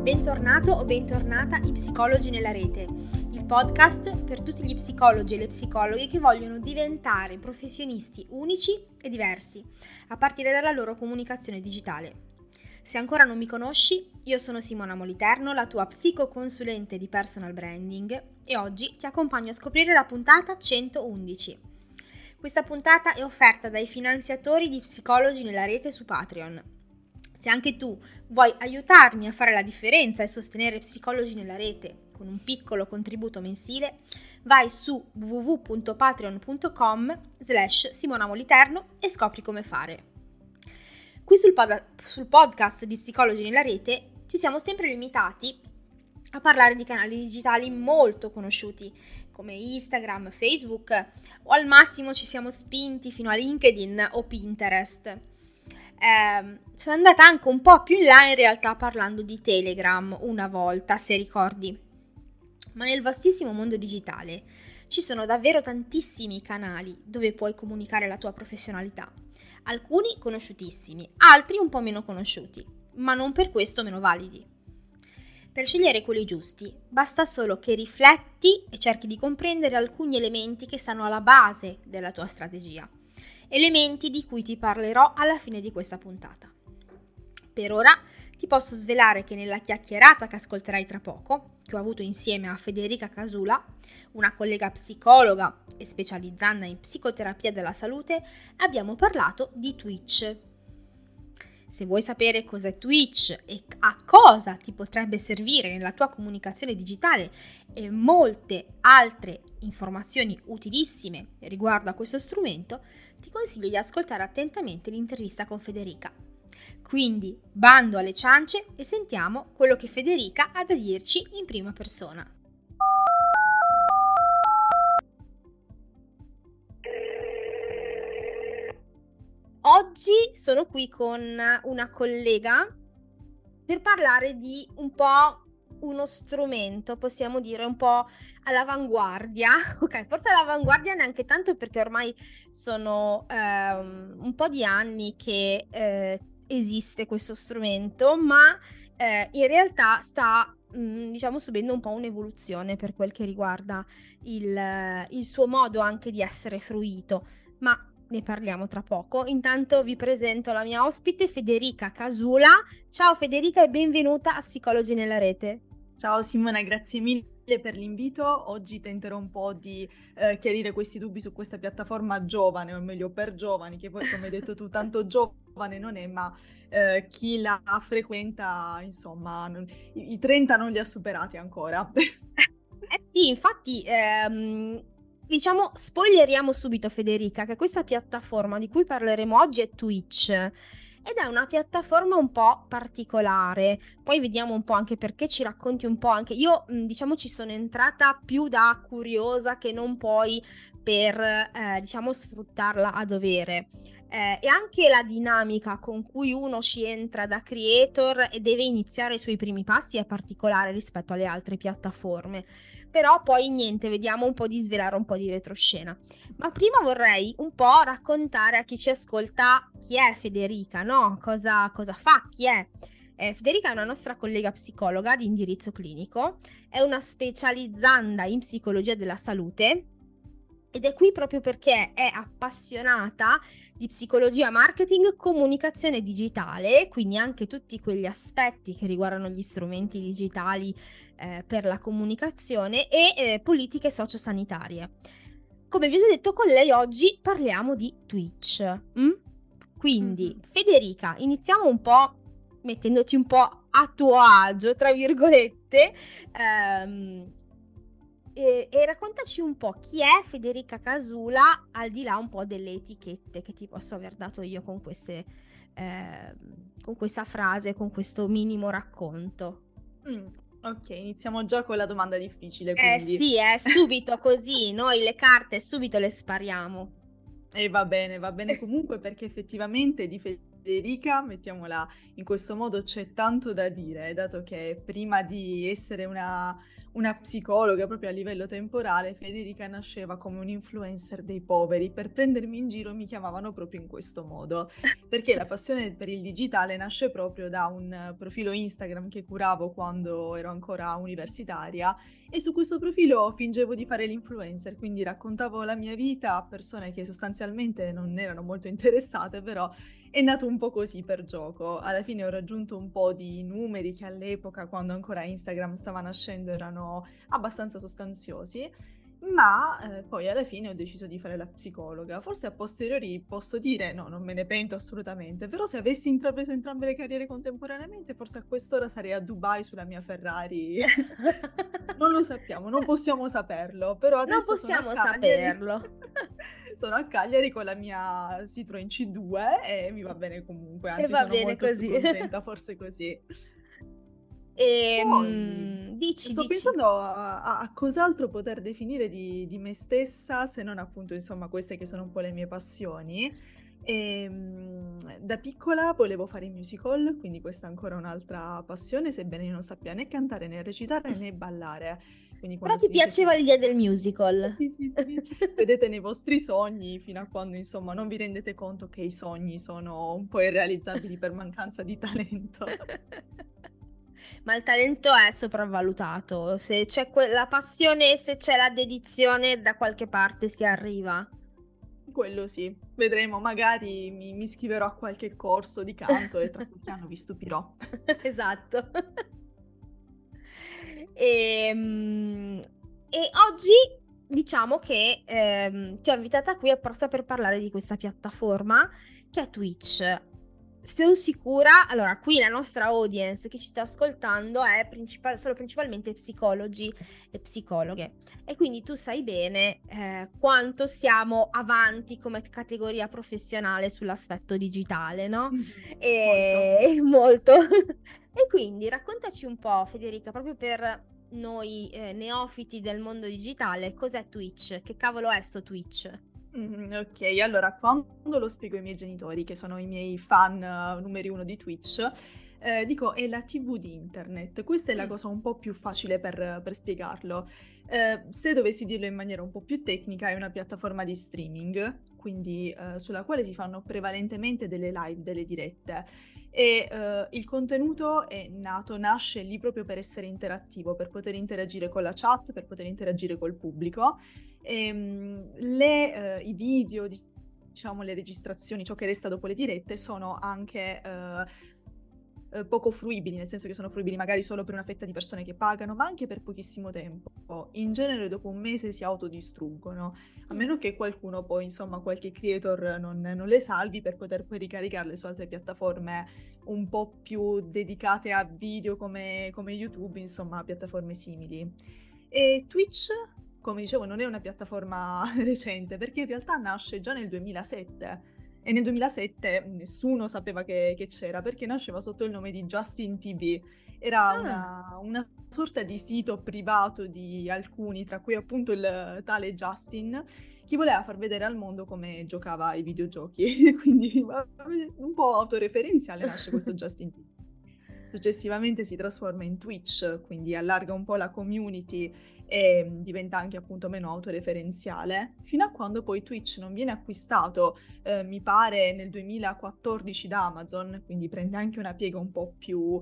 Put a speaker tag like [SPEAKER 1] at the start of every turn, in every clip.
[SPEAKER 1] Bentornato o bentornata in Psicologi nella Rete, il podcast per tutti gli psicologi e le psicologhe che vogliono diventare professionisti unici e diversi, a partire dalla loro comunicazione digitale. Se ancora non mi conosci, io sono Simona Moliterno, la tua psicoconsulente di personal branding, e oggi ti accompagno a scoprire la puntata 111. Questa puntata è offerta dai finanziatori di Psicologi nella Rete su Patreon. Se anche tu vuoi aiutarmi a fare la differenza e sostenere Psicologi nella Rete con un piccolo contributo mensile, vai su www.patreon.com/Simona Moliterno e scopri come fare. Qui sul podcast di Psicologi nella Rete ci siamo sempre limitati a parlare di canali digitali molto conosciuti come Instagram, Facebook, o al massimo ci siamo spinti fino a LinkedIn o Pinterest. Sono andata anche un po' più in là in realtà parlando di Telegram una volta, se ricordi. Ma nel vastissimo mondo digitale ci sono davvero tantissimi canali dove puoi comunicare la tua professionalità. Alcuni conosciutissimi, altri un po' meno conosciuti, ma non per questo meno validi. Per scegliere quelli giusti, basta solo che rifletti e cerchi di comprendere alcuni elementi che stanno alla base della tua strategia. Elementi di cui ti parlerò alla fine di questa puntata. Per ora ti posso svelare che nella chiacchierata che ascolterai tra poco, che ho avuto insieme a Federica Casula, una collega psicologa e specializzanda in psicoterapia della salute, abbiamo parlato di Twitch. Se vuoi sapere cos'è Twitch e a cosa ti potrebbe servire nella tua comunicazione digitale e molte altre informazioni utilissime riguardo a questo strumento, ti consiglio di ascoltare attentamente l'intervista con Federica. Quindi, bando alle ciance e sentiamo quello che Federica ha da dirci in prima persona. Oggi sono qui con una collega per parlare di un po' uno strumento, possiamo dire un po' all'avanguardia, ok, forse all'avanguardia neanche tanto perché ormai sono un po' di anni che esiste questo strumento, ma in realtà sta subendo un po' un'evoluzione per quel che riguarda il suo modo anche di essere fruito, ma ne parliamo tra poco. Intanto vi presento la mia ospite Federica Casula. Ciao Federica e benvenuta a Psicologi nella Rete.
[SPEAKER 2] Ciao Simona, grazie mille per l'invito. Oggi tenterò un po' di chiarire questi dubbi su questa piattaforma giovane, o meglio per giovani, che poi come hai detto tu tanto giovane non è, ma chi la frequenta, insomma, i 30 non li ha superati ancora.
[SPEAKER 1] Sì, infatti spoileriamo subito Federica che questa piattaforma di cui parleremo oggi è Twitch ed è una piattaforma un po' particolare. Poi vediamo un po' anche perché, ci racconti un po' anche. Io ci sono entrata più da curiosa che non poi per sfruttarla a dovere. E anche la dinamica con cui uno ci entra da creator e deve iniziare i suoi primi passi è particolare rispetto alle altre piattaforme. Però poi niente, vediamo un po' di svelare un po' di retroscena. Ma prima vorrei un po' raccontare a chi ci ascolta chi è Federica, no? Cosa fa, chi è? Federica è una nostra collega psicologa di indirizzo clinico, è una specializzanda in psicologia della salute ed è qui proprio perché è appassionata di psicologia, marketing, comunicazione digitale, quindi anche tutti quegli aspetti che riguardano gli strumenti digitali per la comunicazione e politiche sociosanitarie. Come vi ho detto, con lei oggi parliamo di Twitch. Quindi, Federica, iniziamo un po' mettendoti un po' a tuo agio, tra virgolette, e raccontaci un po' chi è Federica Casula, al di là un po' delle etichette che ti posso aver dato io con questa frase, con questo minimo racconto.
[SPEAKER 2] Ok, iniziamo già con la domanda difficile, quindi.
[SPEAKER 1] Sì, subito così, noi le carte subito le spariamo.
[SPEAKER 2] E va bene comunque perché effettivamente di Federica, mettiamola in questo modo, c'è tanto da dire, dato che prima di essere una una psicologa proprio a livello temporale, Federica nasceva come un influencer dei poveri. Per prendermi in giro mi chiamavano proprio in questo modo, perché la passione per il digitale nasce proprio da un profilo Instagram che curavo quando ero ancora universitaria e su questo profilo fingevo di fare l'influencer, quindi raccontavo la mia vita a persone che sostanzialmente non erano molto interessate, però è nato un po' così per gioco. Alla fine ho raggiunto un po' di numeri che all'epoca, quando ancora Instagram stava nascendo, erano abbastanza sostanziosi, ma poi alla fine ho deciso di fare la psicologa. Forse a posteriori posso dire, no, non me ne pento assolutamente, però se avessi intrapreso entrambe le carriere contemporaneamente, forse a quest'ora sarei a Dubai sulla mia Ferrari. Non lo sappiamo, non possiamo saperlo, però
[SPEAKER 1] Non
[SPEAKER 2] adesso sono a
[SPEAKER 1] possiamo
[SPEAKER 2] Cagliari.
[SPEAKER 1] saperlo.
[SPEAKER 2] Sono a Cagliari con la mia Citroen C2 e mi va bene comunque,
[SPEAKER 1] E
[SPEAKER 2] anzi
[SPEAKER 1] va
[SPEAKER 2] sono
[SPEAKER 1] bene
[SPEAKER 2] molto più
[SPEAKER 1] così.
[SPEAKER 2] contenta, forse così. Poi
[SPEAKER 1] Dici,
[SPEAKER 2] sto
[SPEAKER 1] dici.
[SPEAKER 2] pensando a cos'altro poter definire di me stessa, se non appunto, insomma, queste che sono un po' le mie passioni. Da piccola volevo fare i musical, quindi questa è ancora un'altra passione, sebbene io non sappia né cantare né recitare né ballare. Quindi
[SPEAKER 1] Però
[SPEAKER 2] quando
[SPEAKER 1] ti
[SPEAKER 2] si dice
[SPEAKER 1] piaceva l'idea del musical.
[SPEAKER 2] sì, sì, sì, vedete nei vostri sogni fino a quando, insomma, non vi rendete conto che i sogni sono un po' irrealizzabili per mancanza di talento.
[SPEAKER 1] Ma il talento è sopravvalutato. Se c'è la passione, se c'è la dedizione, da qualche parte si arriva.
[SPEAKER 2] Quello sì, vedremo, magari mi iscriverò a qualche corso di canto e tra qualche anno vi stupirò.
[SPEAKER 1] Esatto. E oggi diciamo che ti ho invitata qui apposta per parlare di questa piattaforma che è Twitch. Sono sicura, allora qui la nostra audience che ci sta ascoltando è sono principalmente psicologi e psicologhe e quindi tu sai bene quanto siamo avanti come categoria professionale sull'aspetto digitale, no?
[SPEAKER 2] Molto.
[SPEAKER 1] E molto. E quindi raccontaci un po', Federica, proprio per noi neofiti del mondo digitale, cos'è Twitch? Che cavolo è sto Twitch?
[SPEAKER 2] Ok, allora quando lo spiego ai miei genitori, che sono i miei fan numeri uno di Twitch, dico è la TV di internet. Questa è la
[SPEAKER 1] Mm.
[SPEAKER 2] cosa un po' più facile per spiegarlo. Se dovessi dirlo in maniera un po' più tecnica, è una piattaforma di streaming, quindi sulla quale si fanno prevalentemente delle live, delle dirette. E il contenuto nasce lì proprio per essere interattivo, per poter interagire con la chat, per poter interagire col pubblico. I video, diciamo le registrazioni, ciò che resta dopo le dirette, sono anche poco fruibili, nel senso che sono fruibili magari solo per una fetta di persone che pagano, ma anche per pochissimo tempo. In genere dopo un mese si autodistruggono, a meno che qualcuno poi, insomma, qualche creator non le salvi per poter poi ricaricarle su altre piattaforme un po' più dedicate a video come YouTube, insomma, piattaforme simili. E Twitch, come dicevo, non è una piattaforma recente, perché in realtà nasce già nel 2007 e nel 2007 nessuno sapeva che c'era, perché nasceva sotto il nome di Justin TV. Era
[SPEAKER 1] Ah,
[SPEAKER 2] una sorta di sito privato di alcuni, tra cui appunto il tale Justin, che voleva far vedere al mondo come giocava ai videogiochi. Quindi un po' autoreferenziale nasce questo Justin TV. Successivamente si trasforma in Twitch, quindi allarga un po' la community e diventa anche appunto meno autoreferenziale, fino a quando poi Twitch non viene acquistato, mi pare nel 2014 da Amazon, quindi prende anche una piega un po' più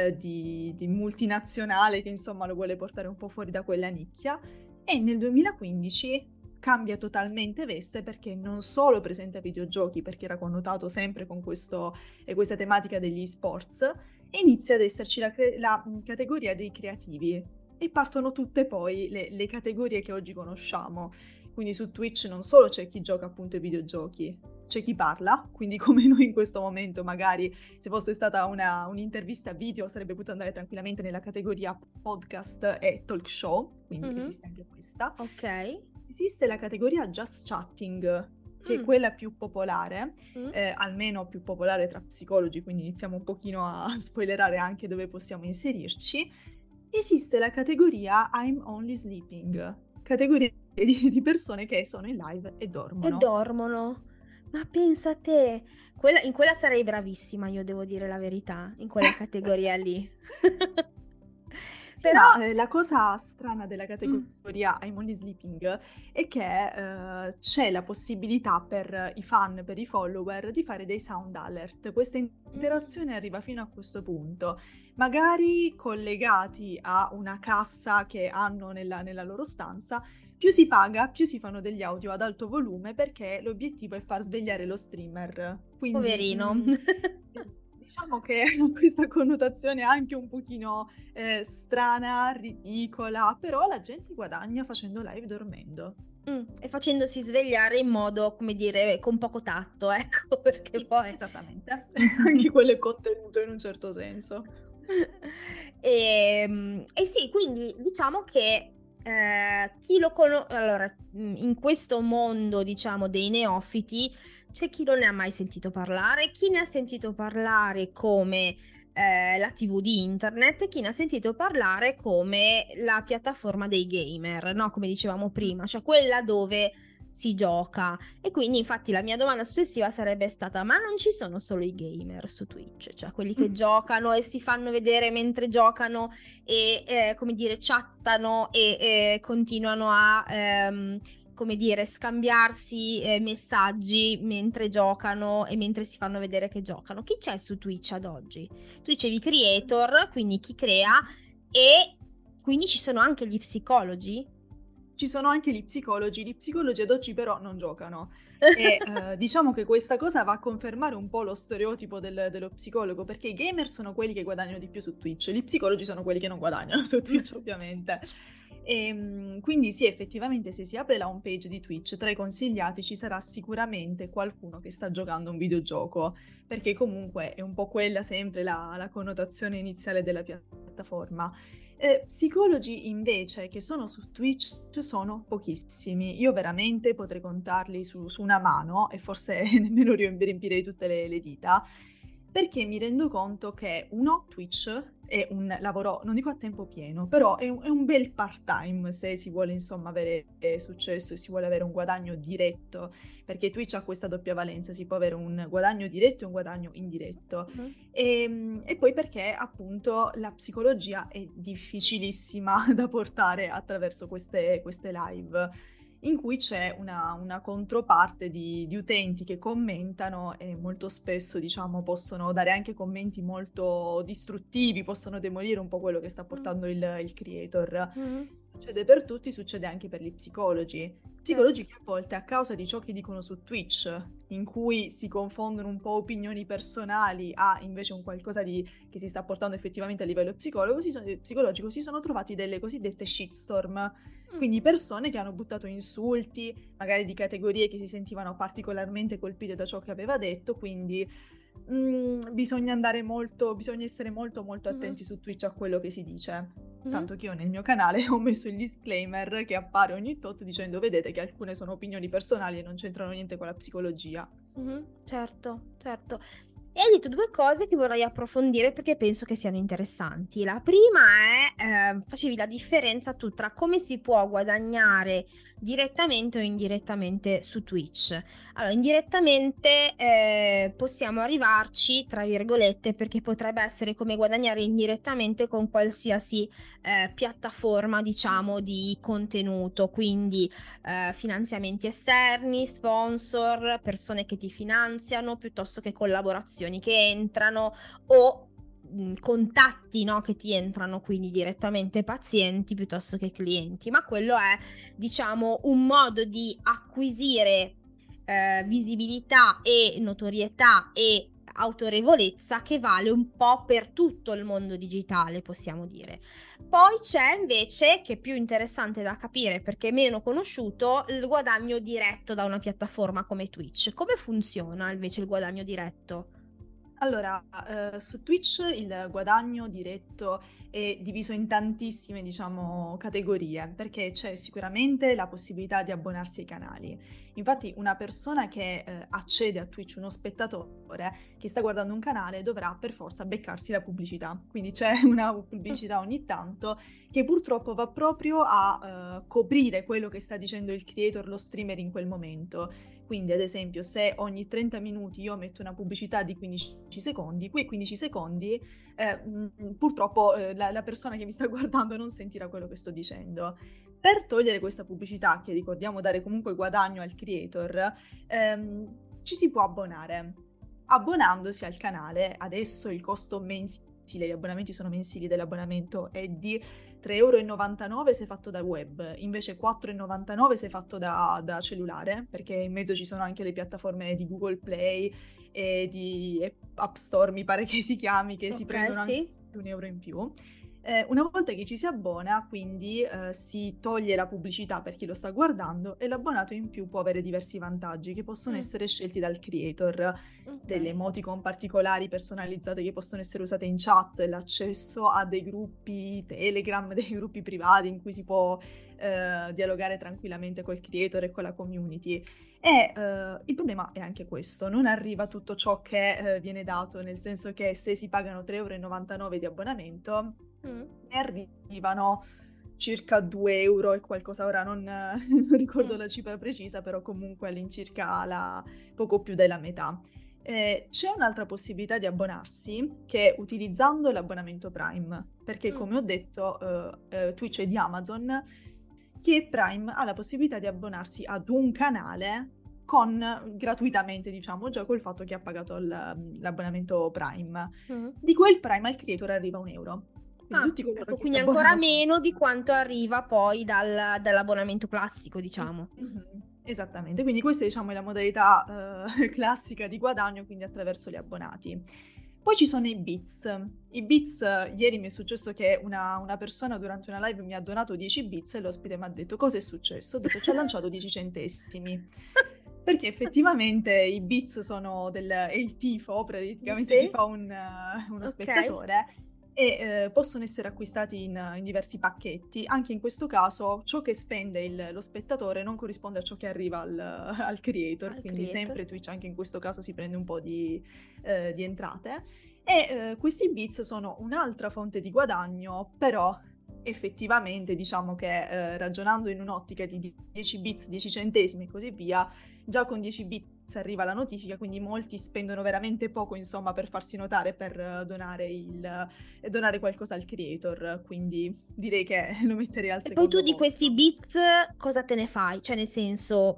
[SPEAKER 2] di multinazionale che insomma lo vuole portare un po' fuori da quella nicchia, e nel 2015 cambia totalmente veste perché non solo presenta videogiochi, perché era connotato sempre con questa tematica degli sports, e inizia ad esserci la categoria dei creativi e partono tutte poi le categorie che oggi conosciamo. Quindi su Twitch non solo c'è chi gioca appunto ai videogiochi, c'è chi parla, quindi come noi in questo momento magari se fosse stata un'intervista video sarebbe potuto andare tranquillamente nella categoria podcast e talk show, quindi
[SPEAKER 1] mhm,
[SPEAKER 2] esiste anche questa.
[SPEAKER 1] ok.
[SPEAKER 2] Esiste la categoria Just Chatting, che è
[SPEAKER 1] Mm,
[SPEAKER 2] quella più popolare,
[SPEAKER 1] mm.
[SPEAKER 2] almeno più popolare tra psicologi, quindi iniziamo un pochino a spoilerare anche dove possiamo inserirci. Esiste la categoria I'm Only Sleeping, categoria di persone che sono in live e
[SPEAKER 1] E
[SPEAKER 2] dormono.
[SPEAKER 1] dormono. Ma pensa a te, in quella sarei bravissima, io devo dire la verità, in quella categoria lì.
[SPEAKER 2] Sì,
[SPEAKER 1] Però...
[SPEAKER 2] ma la cosa strana della
[SPEAKER 1] Mm,
[SPEAKER 2] categoria I'm Only Sleeping è che c'è la possibilità per i fan, per i follower, di fare dei sound alert. Questa
[SPEAKER 1] mm.
[SPEAKER 2] interazione arriva fino a questo punto, magari collegati a una cassa che hanno nella loro stanza. Più si paga, più si fanno degli audio ad alto volume perché l'obiettivo è far svegliare lo streamer. Quindi
[SPEAKER 1] Poverino.
[SPEAKER 2] diciamo che ha questa connotazione anche un pochino strana, ridicola, però la gente guadagna facendo live dormendo.
[SPEAKER 1] E facendosi svegliare in modo, come dire, con poco tatto, ecco, perché
[SPEAKER 2] Sì,
[SPEAKER 1] poi...
[SPEAKER 2] esattamente. Anche quello è contenuto in un certo senso.
[SPEAKER 1] E sì, quindi diciamo che chi lo conosce, allora, in questo mondo, diciamo, dei neofiti, c'è chi non ne ha mai sentito parlare, chi ne ha sentito parlare come la TV di internet, e chi ne ha sentito parlare come la piattaforma dei gamer, no? Come dicevamo
[SPEAKER 2] Mm.
[SPEAKER 1] prima, cioè quella dove si gioca. E quindi infatti la mia domanda successiva sarebbe stata: ma non ci sono solo i gamer su Twitch? Cioè quelli che giocano e si fanno vedere mentre giocano e come dire chattano e continuano a come dire scambiarsi messaggi mentre giocano e mentre si fanno vedere che giocano. Chi c'è su Twitch ad oggi? Tu dicevi creator, quindi chi crea, e quindi ci sono anche gli psicologi?
[SPEAKER 2] Ci sono anche gli psicologi ad oggi però non giocano. E diciamo che questa cosa va a confermare un po' lo stereotipo dello psicologo, perché i gamer sono quelli che guadagnano di più su Twitch, gli psicologi sono quelli che non guadagnano su Twitch, ovviamente. Quindi sì, effettivamente se si apre la homepage di Twitch, tra i consigliati ci sarà sicuramente qualcuno che sta giocando un videogioco, perché comunque è un po' quella sempre la connotazione iniziale della piattaforma. Psicologi invece che sono su Twitch sono pochissimi. Io veramente potrei contarli su una mano e forse nemmeno riempirei tutte le dita, perché mi rendo conto che Twitch è un lavoro, non dico a tempo pieno, però è un bel part-time se si vuole insomma avere successo e si vuole avere un guadagno diretto, perché Twitch ha questa doppia valenza, si può avere un guadagno diretto e un guadagno indiretto.
[SPEAKER 1] Mhm.
[SPEAKER 2] E poi perché appunto la psicologia è difficilissima da portare attraverso queste live, in cui c'è una controparte di utenti che commentano e molto spesso, diciamo, possono dare anche commenti molto distruttivi, possono demolire un po' quello che sta portando il creator.
[SPEAKER 1] Mhm.
[SPEAKER 2] Succede per tutti, succede anche per gli psicologi. Psicologi
[SPEAKER 1] Certo.
[SPEAKER 2] che a volte, a causa di ciò che dicono su Twitch, in cui si confondono un po' opinioni personali a invece un qualcosa che si sta portando effettivamente a livello psicologico, si sono trovati delle cosiddette shitstorm,
[SPEAKER 1] Mm.
[SPEAKER 2] quindi persone che hanno buttato insulti, magari di categorie che si sentivano particolarmente colpite da ciò che aveva detto, quindi bisogna essere molto molto
[SPEAKER 1] Mhm.
[SPEAKER 2] attenti su Twitch a quello che si dice.
[SPEAKER 1] Mhm.
[SPEAKER 2] Tanto che io nel mio canale ho messo il disclaimer che appare ogni tot dicendo vedete che alcune sono opinioni personali e non c'entrano niente con la psicologia.
[SPEAKER 1] Certo, certo. E hai detto due cose che vorrei approfondire perché penso che siano interessanti. La prima è, facevi la differenza tu tra come si può guadagnare direttamente o indirettamente su Twitch. Allora, indirettamente possiamo arrivarci, tra virgolette, perché potrebbe essere come guadagnare indirettamente con qualsiasi piattaforma, diciamo, di contenuto, quindi finanziamenti esterni, sponsor, persone che ti finanziano, piuttosto che collaborazioni che entrano o contatti, no, che ti entrano, quindi direttamente pazienti piuttosto che clienti. Ma quello è, diciamo, un modo di acquisire visibilità e notorietà e autorevolezza che vale un po' per tutto il mondo digitale, possiamo dire. Poi c'è invece, che è più interessante da capire perché è meno conosciuto, il guadagno diretto da una piattaforma come Twitch. Come funziona invece il guadagno diretto?
[SPEAKER 2] Allora, su Twitch il guadagno diretto è diviso in tantissime, diciamo, categorie, perché c'è sicuramente la possibilità di abbonarsi ai canali. Infatti, una persona che accede a Twitch, uno spettatore che sta guardando un canale, dovrà per forza beccarsi la pubblicità. Quindi c'è una pubblicità ogni tanto che purtroppo va proprio a coprire quello che sta dicendo il creator, lo streamer in quel momento. Quindi ad esempio se ogni 30 minuti io metto una pubblicità di 15 secondi, quei 15 secondi purtroppo la persona che mi sta guardando non sentirà quello che sto dicendo. Per togliere questa pubblicità, che ricordiamo dare comunque guadagno al creator, ci si può abbonare. Abbonandosi al canale, adesso il costo mensile, gli abbonamenti sono mensili dell'abbonamento, è di 3,99 € se fatto da web, invece 4,99 se fatto da cellulare, perché in mezzo ci sono anche le piattaforme di Google Play e di App Store, mi pare che si chiami, che si prendono anche €1 in più. Una volta che ci si abbona, quindi si toglie la pubblicità per chi lo sta guardando e l'abbonato in più può avere diversi vantaggi che possono essere scelti dal creator, delle emoticon particolari personalizzate che possono essere usate in chat, l'accesso a dei gruppi Telegram, dei gruppi privati in cui si può dialogare tranquillamente col creator e con la community. E il problema è anche questo, non arriva tutto ciò che viene dato, nel senso che se si pagano 3,99 € di abbonamento, ne arrivano circa 2 € e qualcosa, ora non ricordo la cifra precisa, però comunque all'incirca poco più della metà. C'è un'altra possibilità di abbonarsi che è utilizzando l'abbonamento Prime, perché come ho detto Twitch è di Amazon, chi è Prime ha la possibilità di abbonarsi ad un canale gratuitamente, diciamo, già col fatto che ha pagato l'abbonamento Prime. Di quel Prime al creator arriva €1.
[SPEAKER 1] Quindi ancora meno di quanto arriva poi dall'abbonamento classico, diciamo.
[SPEAKER 2] Esattamente, quindi questa diciamo è la modalità classica di guadagno, quindi attraverso gli abbonati. Poi ci sono i bits. I bits, ieri mi è successo che una persona durante una live mi ha donato 10 bits e l'ospite mi ha detto: cosa è successo? Ho detto: ci ha lanciato 10 centesimi. Perché effettivamente i bits è il tifo, praticamente ti fa uno spettatore, e possono essere acquistati in diversi pacchetti. Anche in questo caso ciò che spende lo spettatore non corrisponde a ciò che arriva al creator, quindi sempre Twitch anche in questo caso si prende un po' di entrate, e questi bits sono un'altra fonte di guadagno, però effettivamente diciamo che ragionando in un'ottica di 10 bits, 10 centesimi e così via, già con 10 bits arriva la notifica, quindi molti spendono veramente poco, insomma, per farsi notare, per donare qualcosa al creator, quindi direi che lo metterei al secondo posto.
[SPEAKER 1] E poi tu di questi bits cosa te ne fai? Cioè nel senso,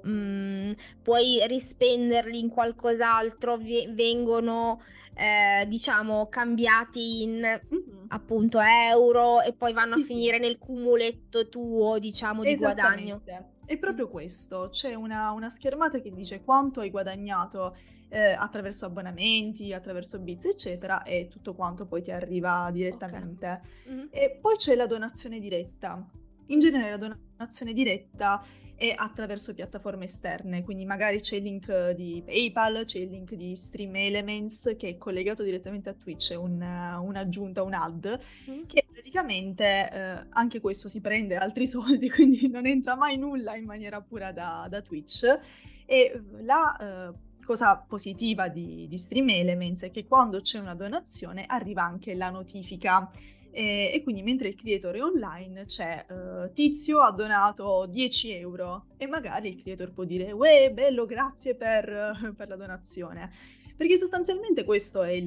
[SPEAKER 1] puoi rispenderli in qualcos'altro, vengono diciamo cambiati in appunto euro e poi vanno a finire nel cumuletto tuo, diciamo, di guadagno.
[SPEAKER 2] È proprio questo, c'è una schermata che dice quanto hai guadagnato attraverso abbonamenti, attraverso bits, eccetera, e tutto quanto poi ti arriva direttamente. E poi c'è la donazione diretta. In genere la donazione diretta è attraverso piattaforme esterne, quindi magari c'è il link di PayPal, c'è il link di Stream Elements che è collegato direttamente a Twitch, è un'aggiunta, un add, che praticamente anche questo si prende altri soldi, quindi non entra mai nulla in maniera pura da Twitch. E la cosa positiva di Stream Elements è che quando c'è una donazione arriva anche la notifica. E quindi mentre il creator è online c'è Tizio ha donato 10 € e magari il creator può dire uè, bello, grazie per la donazione, perché sostanzialmente questo è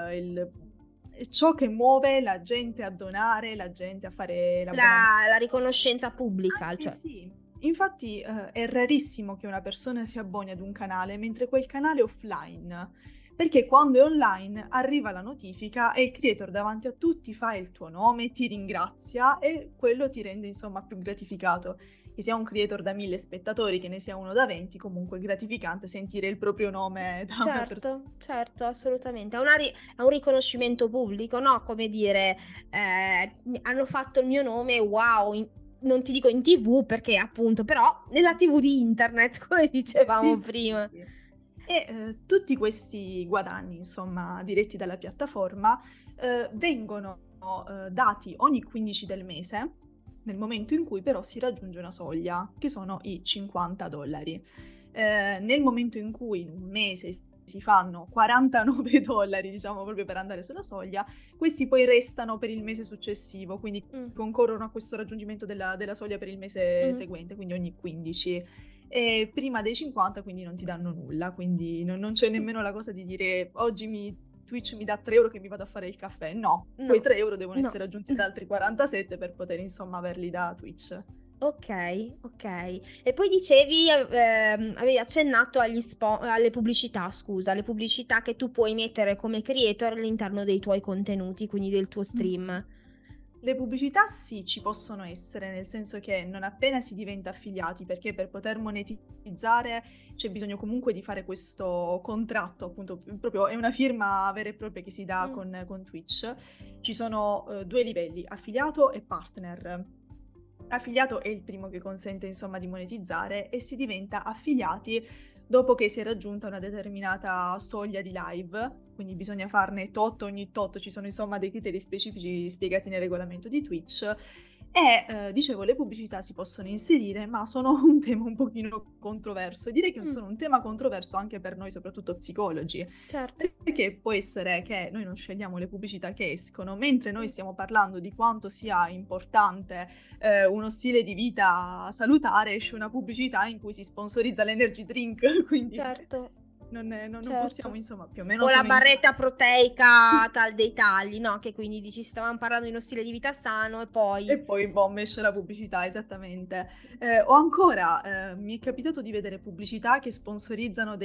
[SPEAKER 2] ciò che muove la gente a donare, la gente a fare
[SPEAKER 1] la riconoscenza pubblica. Cioè.
[SPEAKER 2] Sì, infatti è rarissimo che una persona si abboni ad un canale mentre quel canale è offline, perché quando è online arriva la notifica e il creator davanti a tutti fa il tuo nome, ti ringrazia e quello ti rende insomma più gratificato. Che sia un creator da 1000 spettatori, che ne sia uno da 20, comunque è gratificante sentire il proprio nome da una persona.
[SPEAKER 1] Certo, assolutamente. È un riconoscimento pubblico, no? Come dire, hanno fatto il mio nome, wow, non ti dico in TV perché appunto, però nella TV di internet, come dicevamo prima.
[SPEAKER 2] Sì. E tutti questi guadagni, insomma, diretti dalla piattaforma, vengono dati ogni 15 del mese, nel momento in cui però si raggiunge una soglia, che sono i $50. Nel momento in cui in un mese si fanno $49, diciamo, proprio per andare sulla soglia, questi poi restano per il mese successivo, quindi concorrono a questo raggiungimento della soglia per il mese seguente, quindi ogni 15. e prima dei 50 quindi non ti danno nulla, quindi non c'è nemmeno la cosa di dire oggi Twitch mi dà 3 euro che mi vado a fare il caffè, no, quei 3 euro devono
[SPEAKER 1] no.
[SPEAKER 2] essere aggiunti ad altri 47 per poter insomma averli da Twitch.
[SPEAKER 1] Ok. E poi dicevi, avevi accennato alle pubblicità, scusa, alle pubblicità che tu puoi mettere come creator all'interno dei tuoi contenuti, quindi del tuo stream.
[SPEAKER 2] Le pubblicità sì, ci possono essere, nel senso che non appena si diventa affiliati, perché per poter monetizzare c'è bisogno comunque di fare questo contratto, appunto, proprio è una firma vera e propria che si dà con Twitch. Ci sono 2 livelli, affiliato e partner. Affiliato è il primo che consente insomma di monetizzare e si diventa affiliati dopo che si è raggiunta una determinata soglia di live, quindi bisogna farne tot ogni tot, ci sono insomma dei criteri specifici spiegati nel regolamento di Twitch e dicevo le pubblicità si possono inserire ma sono un tema un pochino controverso e direi che sono un tema controverso anche per noi soprattutto psicologi.
[SPEAKER 1] Certo.
[SPEAKER 2] Perché può essere che noi non scegliamo le pubblicità che escono, mentre noi stiamo parlando di quanto sia importante uno stile di vita salutare, esce una pubblicità in cui si sponsorizza l'energy drink, quindi
[SPEAKER 1] Certo.
[SPEAKER 2] non
[SPEAKER 1] Certo.
[SPEAKER 2] possiamo insomma più o meno...
[SPEAKER 1] O la barretta proteica tal dei tagli, no? Che quindi dici stavamo parlando di uno stile di vita sano e poi...
[SPEAKER 2] E poi, boom, esce la pubblicità, esattamente. O ancora, mi è capitato di vedere pubblicità che sponsorizzano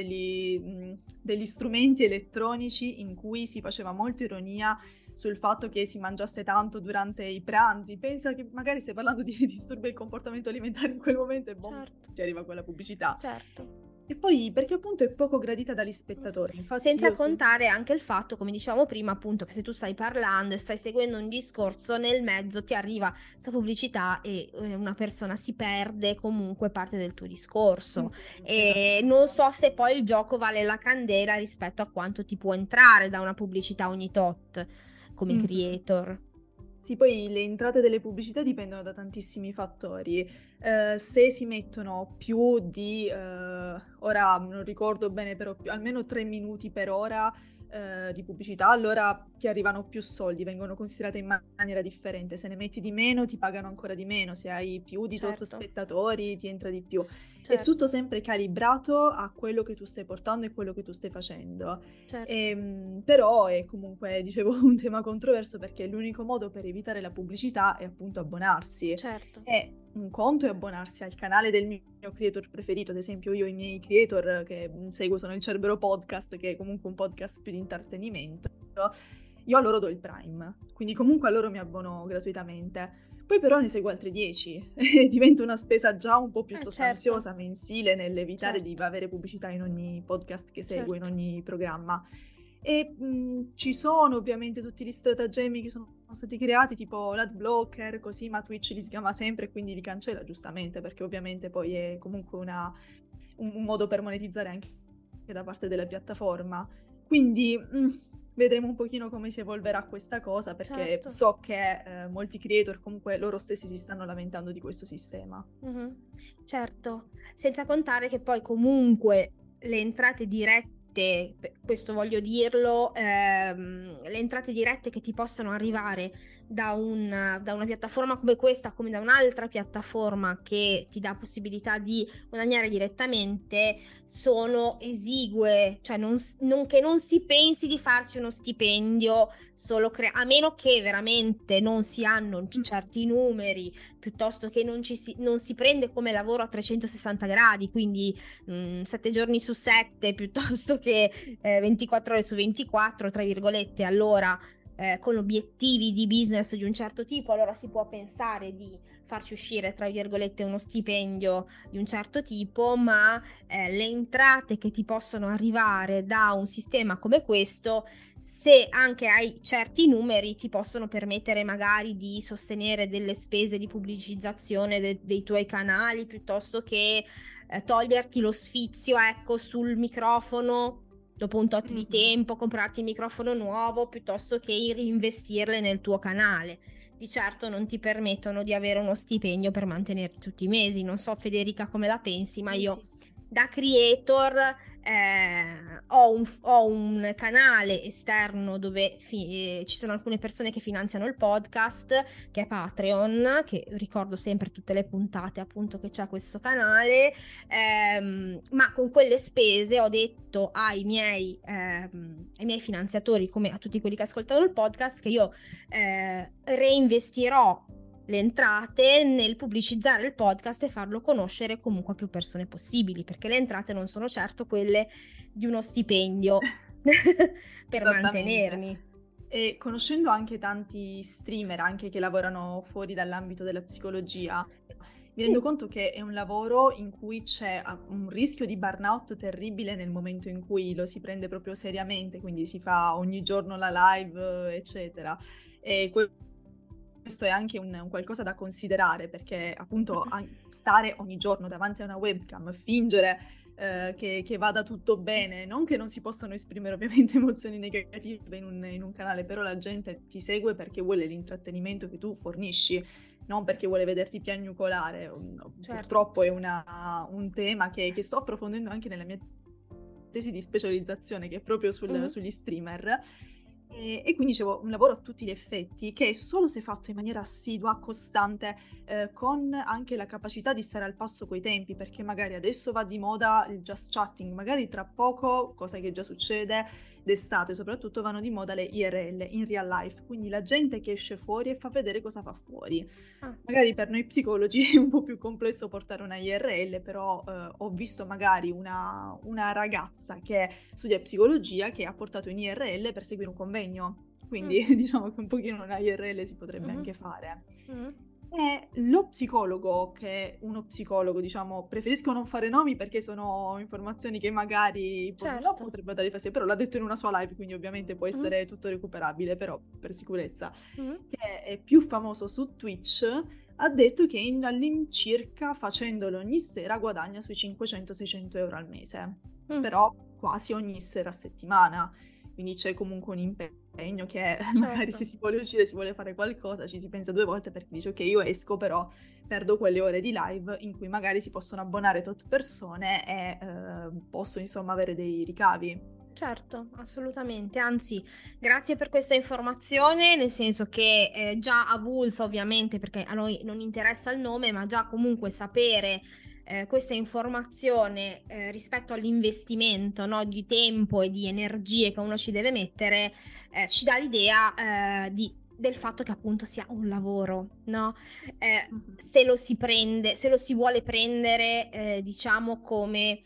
[SPEAKER 2] degli strumenti elettronici in cui si faceva molta ironia sul fatto che si mangiasse tanto durante i pranzi. Pensa che magari stai parlando di disturbi del comportamento alimentare in quel momento e boom,
[SPEAKER 1] Certo.
[SPEAKER 2] ti arriva quella pubblicità.
[SPEAKER 1] Certo.
[SPEAKER 2] E poi perché appunto è poco gradita dagli spettatori. Infatti
[SPEAKER 1] senza contare anche il fatto, come dicevamo prima, appunto, che se tu stai parlando e stai seguendo un discorso, nel mezzo ti arriva questa pubblicità e una persona si perde comunque parte del tuo discorso. E non so se poi il gioco vale la candela rispetto a quanto ti può entrare da una pubblicità ogni tot come creator.
[SPEAKER 2] Sì, poi le entrate delle pubblicità dipendono da tantissimi fattori. Se si mettono più di, ora non ricordo bene, però almeno 3 minuti per ora di pubblicità, allora ti arrivano più soldi, vengono considerate in maniera differente. Se ne metti di meno ti pagano ancora di meno, se hai più di tot spettatori ti entra di più. Certo. È tutto sempre calibrato a quello che tu stai portando e quello che tu stai facendo. Certo. Però è comunque, dicevo, un tema controverso perché l'unico modo per evitare la pubblicità è appunto abbonarsi.
[SPEAKER 1] Certo.
[SPEAKER 2] E un conto è abbonarsi al canale del mio creator preferito, ad esempio io i miei creator che seguo sono il Cerbero Podcast, che è comunque un podcast più di intrattenimento. Io a loro do il Prime, quindi comunque a loro mi abbono gratuitamente. Poi però ne seguo altri 10 e diventa una spesa già un po' più sostanziosa, mensile, nell'evitare di avere pubblicità in ogni podcast che seguo, in ogni programma. E ci sono ovviamente tutti gli stratagemmi che sono stati creati, tipo l'ad blocker, così, ma Twitch li sgama sempre e quindi li cancella giustamente, perché ovviamente poi è comunque un modo per monetizzare anche da parte della piattaforma. Quindi vedremo un pochino come si evolverà questa cosa, perché so che molti creator comunque loro stessi si stanno lamentando di questo sistema.
[SPEAKER 1] Certo, senza contare che poi comunque le entrate dirette, questo voglio dirlo, le entrate dirette che ti possono arrivare da una piattaforma come questa, come da un'altra piattaforma che ti dà possibilità di guadagnare direttamente, sono esigue, cioè non si pensi di farsi uno stipendio solo a meno che veramente non si hanno certi numeri, piuttosto che non si prende come lavoro a 360 gradi, quindi 7 giorni su 7 piuttosto che 24 ore su 24, tra virgolette, allora con obiettivi di business di un certo tipo, allora si può pensare di farci uscire, tra virgolette, uno stipendio di un certo tipo, ma le entrate che ti possono arrivare da un sistema come questo, se anche hai certi numeri, ti possono permettere magari di sostenere delle spese di pubblicizzazione dei tuoi canali, piuttosto che toglierti lo sfizio, ecco, sul microfono dopo un tot di tempo, comprarti il microfono nuovo, piuttosto che reinvestirle nel tuo canale. Di certo non ti permettono di avere uno stipendio per mantenerti tutti i mesi. Non so, Federica, come la pensi, ma io da creator ho un canale esterno dove ci sono alcune persone che finanziano il podcast, che è Patreon, che ricordo sempre tutte le puntate appunto che c'è questo canale, ma con quelle spese ho detto ai miei finanziatori, come a tutti quelli che ascoltano il podcast, che io reinvestirò le entrate nel pubblicizzare il podcast e farlo conoscere comunque a più persone possibili, perché le entrate non sono certo quelle di uno stipendio per mantenermi.
[SPEAKER 2] E conoscendo anche tanti streamer anche che lavorano fuori dall'ambito della psicologia, mi rendo conto che è un lavoro in cui c'è un rischio di burnout terribile nel momento in cui lo si prende proprio seriamente, quindi si fa ogni giorno la live, eccetera. E questo è anche un qualcosa da considerare, perché appunto stare ogni giorno davanti a una webcam, fingere che vada tutto bene, non che non si possano esprimere ovviamente emozioni negative in un canale, però la gente ti segue perché vuole l'intrattenimento che tu fornisci, non perché vuole vederti piagnucolare.
[SPEAKER 1] Certo.
[SPEAKER 2] Purtroppo è un tema che sto approfondendo anche nella mia tesi di specializzazione, che è proprio sugli streamer. E quindi dicevo, un lavoro a tutti gli effetti che solo se fatto in maniera assidua, costante, con anche la capacità di stare al passo coi tempi, perché magari adesso va di moda il just chatting, magari tra poco, cosa che già succede, d'estate soprattutto, vanno di moda le IRL, in real life, quindi la gente che esce fuori e fa vedere cosa fa fuori. Magari per noi psicologi è un po' più complesso portare una IRL, però ho visto magari una ragazza che studia psicologia che ha portato in IRL per seguire un convegno, quindi diciamo che un pochino una IRL si potrebbe anche fare. E lo psicologo, che uno psicologo, diciamo, preferisco non fare nomi perché sono informazioni che magari non potrebbero dare fastidio, però l'ha detto in una sua live, quindi ovviamente può essere tutto recuperabile, però per sicurezza, che è più famoso su Twitch, ha detto che all'incirca, facendolo ogni sera, guadagna sui 500-600 euro al mese, però quasi ogni sera a settimana, quindi c'è comunque un impegno che magari se si vuole uscire, si vuole fare qualcosa, ci si pensa due volte, perché dice ok, io esco, però perdo quelle ore di live in cui magari si possono abbonare tot persone e posso insomma avere dei ricavi.
[SPEAKER 1] Certo, assolutamente, anzi, grazie per questa informazione, nel senso che già avulsa ovviamente, perché a noi non interessa il nome, ma già comunque sapere questa informazione rispetto all'investimento, no, di tempo e di energie che uno ci deve mettere, ci dà l'idea del fatto che appunto sia un lavoro, no? Se lo si prende, se lo si vuole prendere, diciamo come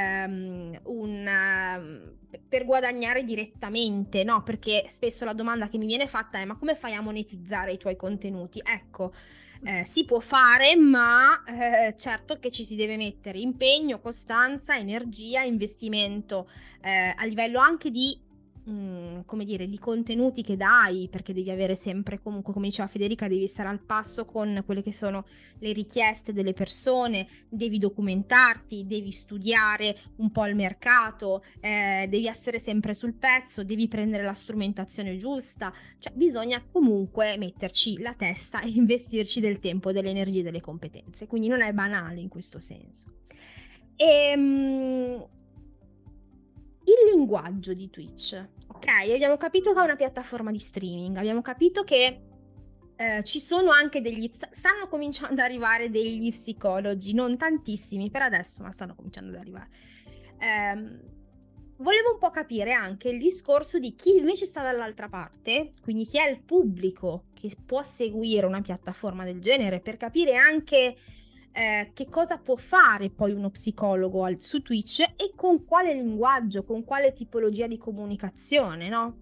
[SPEAKER 1] per guadagnare direttamente, no? Perché spesso la domanda che mi viene fatta è: ma come fai a monetizzare i tuoi contenuti? Ecco, si può fare, ma certo che ci si deve mettere impegno, costanza, energia, investimento a livello anche di come dire, di contenuti che dai, perché devi avere sempre, comunque, come diceva Federica, devi stare al passo con quelle che sono le richieste delle persone, devi documentarti, devi studiare un po' il mercato, devi essere sempre sul pezzo, devi prendere la strumentazione giusta, cioè bisogna comunque metterci la testa e investirci del tempo, delle energie, delle competenze, quindi non è banale in questo senso. Il linguaggio di Twitch, ok? Abbiamo capito che è una piattaforma di streaming, abbiamo capito che ci sono anche stanno cominciando ad arrivare degli psicologi, non tantissimi per adesso, ma stanno cominciando ad arrivare. Volevo un po' capire anche il discorso di chi invece sta dall'altra parte, quindi chi è il pubblico che può seguire una piattaforma del genere, per capire anche che cosa può fare poi uno psicologo su Twitch e con quale linguaggio, con quale tipologia di comunicazione, no?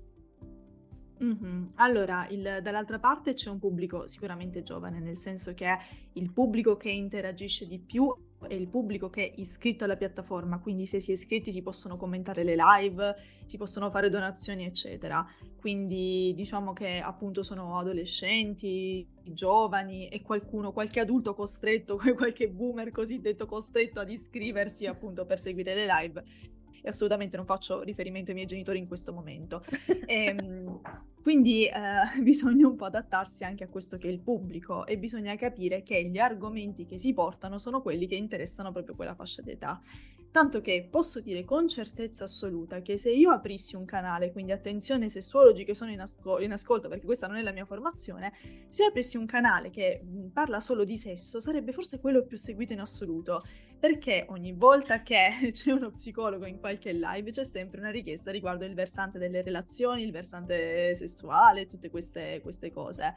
[SPEAKER 2] Allora, dall'altra parte c'è un pubblico sicuramente giovane, nel senso che il pubblico che interagisce di più è il pubblico che è iscritto alla piattaforma, quindi se si è iscritti si possono commentare le live, si possono fare donazioni, eccetera. Quindi diciamo che appunto sono adolescenti, giovani e qualche adulto costretto, qualche boomer cosiddetto costretto ad iscriversi appunto per seguire le live. e assolutamente non faccio riferimento ai miei genitori in questo momento. Quindi bisogna un po' adattarsi anche a questo che è il pubblico e bisogna capire che gli argomenti che si portano sono quelli che interessano proprio quella fascia d'età. Tanto che posso dire con certezza assoluta che se io aprissi un canale, quindi attenzione sessuologi che sono in ascolto, perché questa non è la mia formazione, se io aprissi un canale che parla solo di sesso, sarebbe forse quello più seguito in assoluto, perché ogni volta che c'è uno psicologo in qualche live c'è sempre una richiesta riguardo il versante delle relazioni, il versante sessuale, tutte queste cose.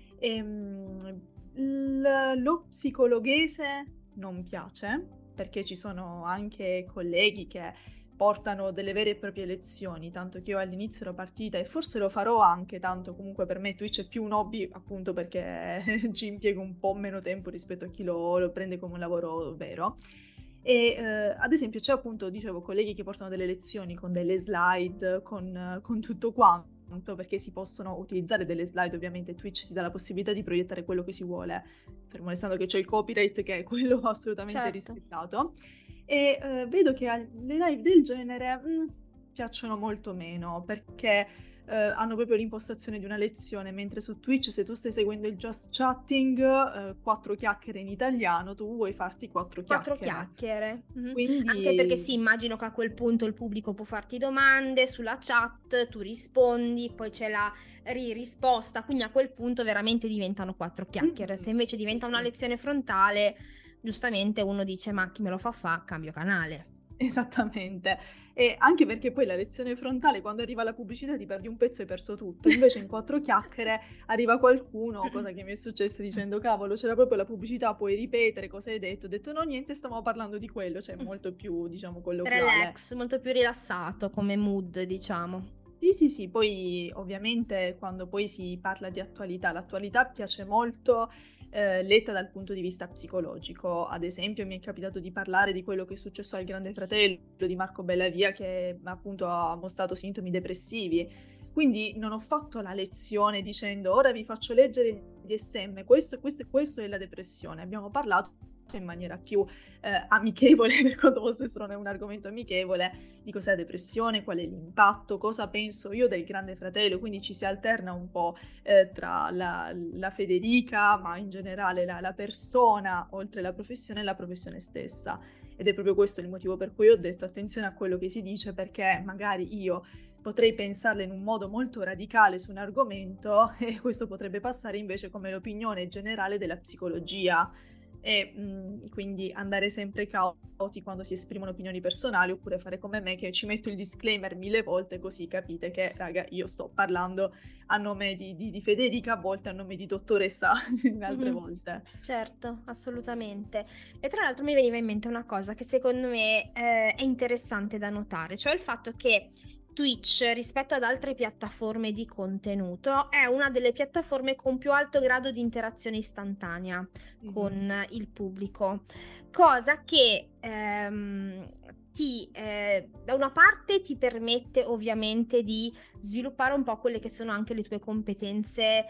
[SPEAKER 2] Lo psicologhese non piace, perché ci sono anche colleghi che portano delle vere e proprie lezioni, tanto che io all'inizio ero partita e forse lo farò anche, tanto comunque per me Twitch è più un hobby appunto perché ci impiego un po' meno tempo rispetto a chi lo prende come un lavoro vero. E ad esempio c'è appunto, dicevo, colleghi che portano delle lezioni con delle slide, con tutto quanto, perché si possono utilizzare delle slide, ovviamente Twitch ti dà la possibilità di proiettare quello che si vuole, fermo restando che c'è il copyright che è quello assolutamente rispettato. E vedo che le live del genere piacciono molto meno, perché hanno proprio l'impostazione di una lezione, mentre su Twitch se tu stai seguendo il just chatting, 4 chiacchiere in italiano, tu vuoi farti 4
[SPEAKER 1] chiacchiere.
[SPEAKER 2] Quindi...
[SPEAKER 1] Anche perché sì, immagino che a quel punto il pubblico può farti domande sulla chat, tu rispondi, poi c'è la risposta, quindi a quel punto veramente diventano 4 chiacchiere. Se invece diventa una lezione frontale, giustamente uno dice ma chi me lo fa, cambio canale.
[SPEAKER 2] Esattamente, e anche perché poi la lezione frontale, quando arriva la pubblicità ti perdi un pezzo e hai perso tutto, invece in 4 chiacchiere arriva qualcuno, cosa che mi è successa dicendo cavolo c'era proprio la pubblicità, puoi ripetere cosa hai detto, ho detto no niente, stavamo parlando di quello, cioè molto più diciamo colloquiale.
[SPEAKER 1] Relax, molto più rilassato come mood diciamo.
[SPEAKER 2] Sì, poi ovviamente quando poi si parla di attualità, l'attualità piace molto letta dal punto di vista psicologico. Ad esempio mi è capitato di parlare di quello che è successo al Grande Fratello di Marco Bellavia, che appunto ha mostrato sintomi depressivi. Quindi non ho fatto la lezione dicendo ora vi faccio leggere il DSM, questo è la depressione. Abbiamo parlato in maniera più amichevole, per quanto possa essere un argomento amichevole, di cos'è la depressione, qual è l'impatto, cosa penso io del Grande Fratello, quindi ci si alterna un po' tra la Federica, ma in generale la persona, oltre la professione stessa. Ed è proprio questo il motivo per cui ho detto attenzione a quello che si dice, perché magari io potrei pensarle in un modo molto radicale su un argomento e questo potrebbe passare invece come l'opinione generale della psicologia. E quindi andare sempre cauti quando si esprimono opinioni personali, oppure fare come me che ci metto il disclaimer 1000 volte, così capite che raga io sto parlando a nome di Federica, a volte a nome di dottoressa in altre volte.
[SPEAKER 1] Certo, assolutamente. E tra l'altro mi veniva in mente una cosa che secondo me è interessante da notare, cioè il fatto che Twitch rispetto ad altre piattaforme di contenuto è una delle piattaforme con più alto grado di interazione istantanea con il pubblico, cosa che da una parte ti permette ovviamente di sviluppare un po' quelle che sono anche le tue competenze,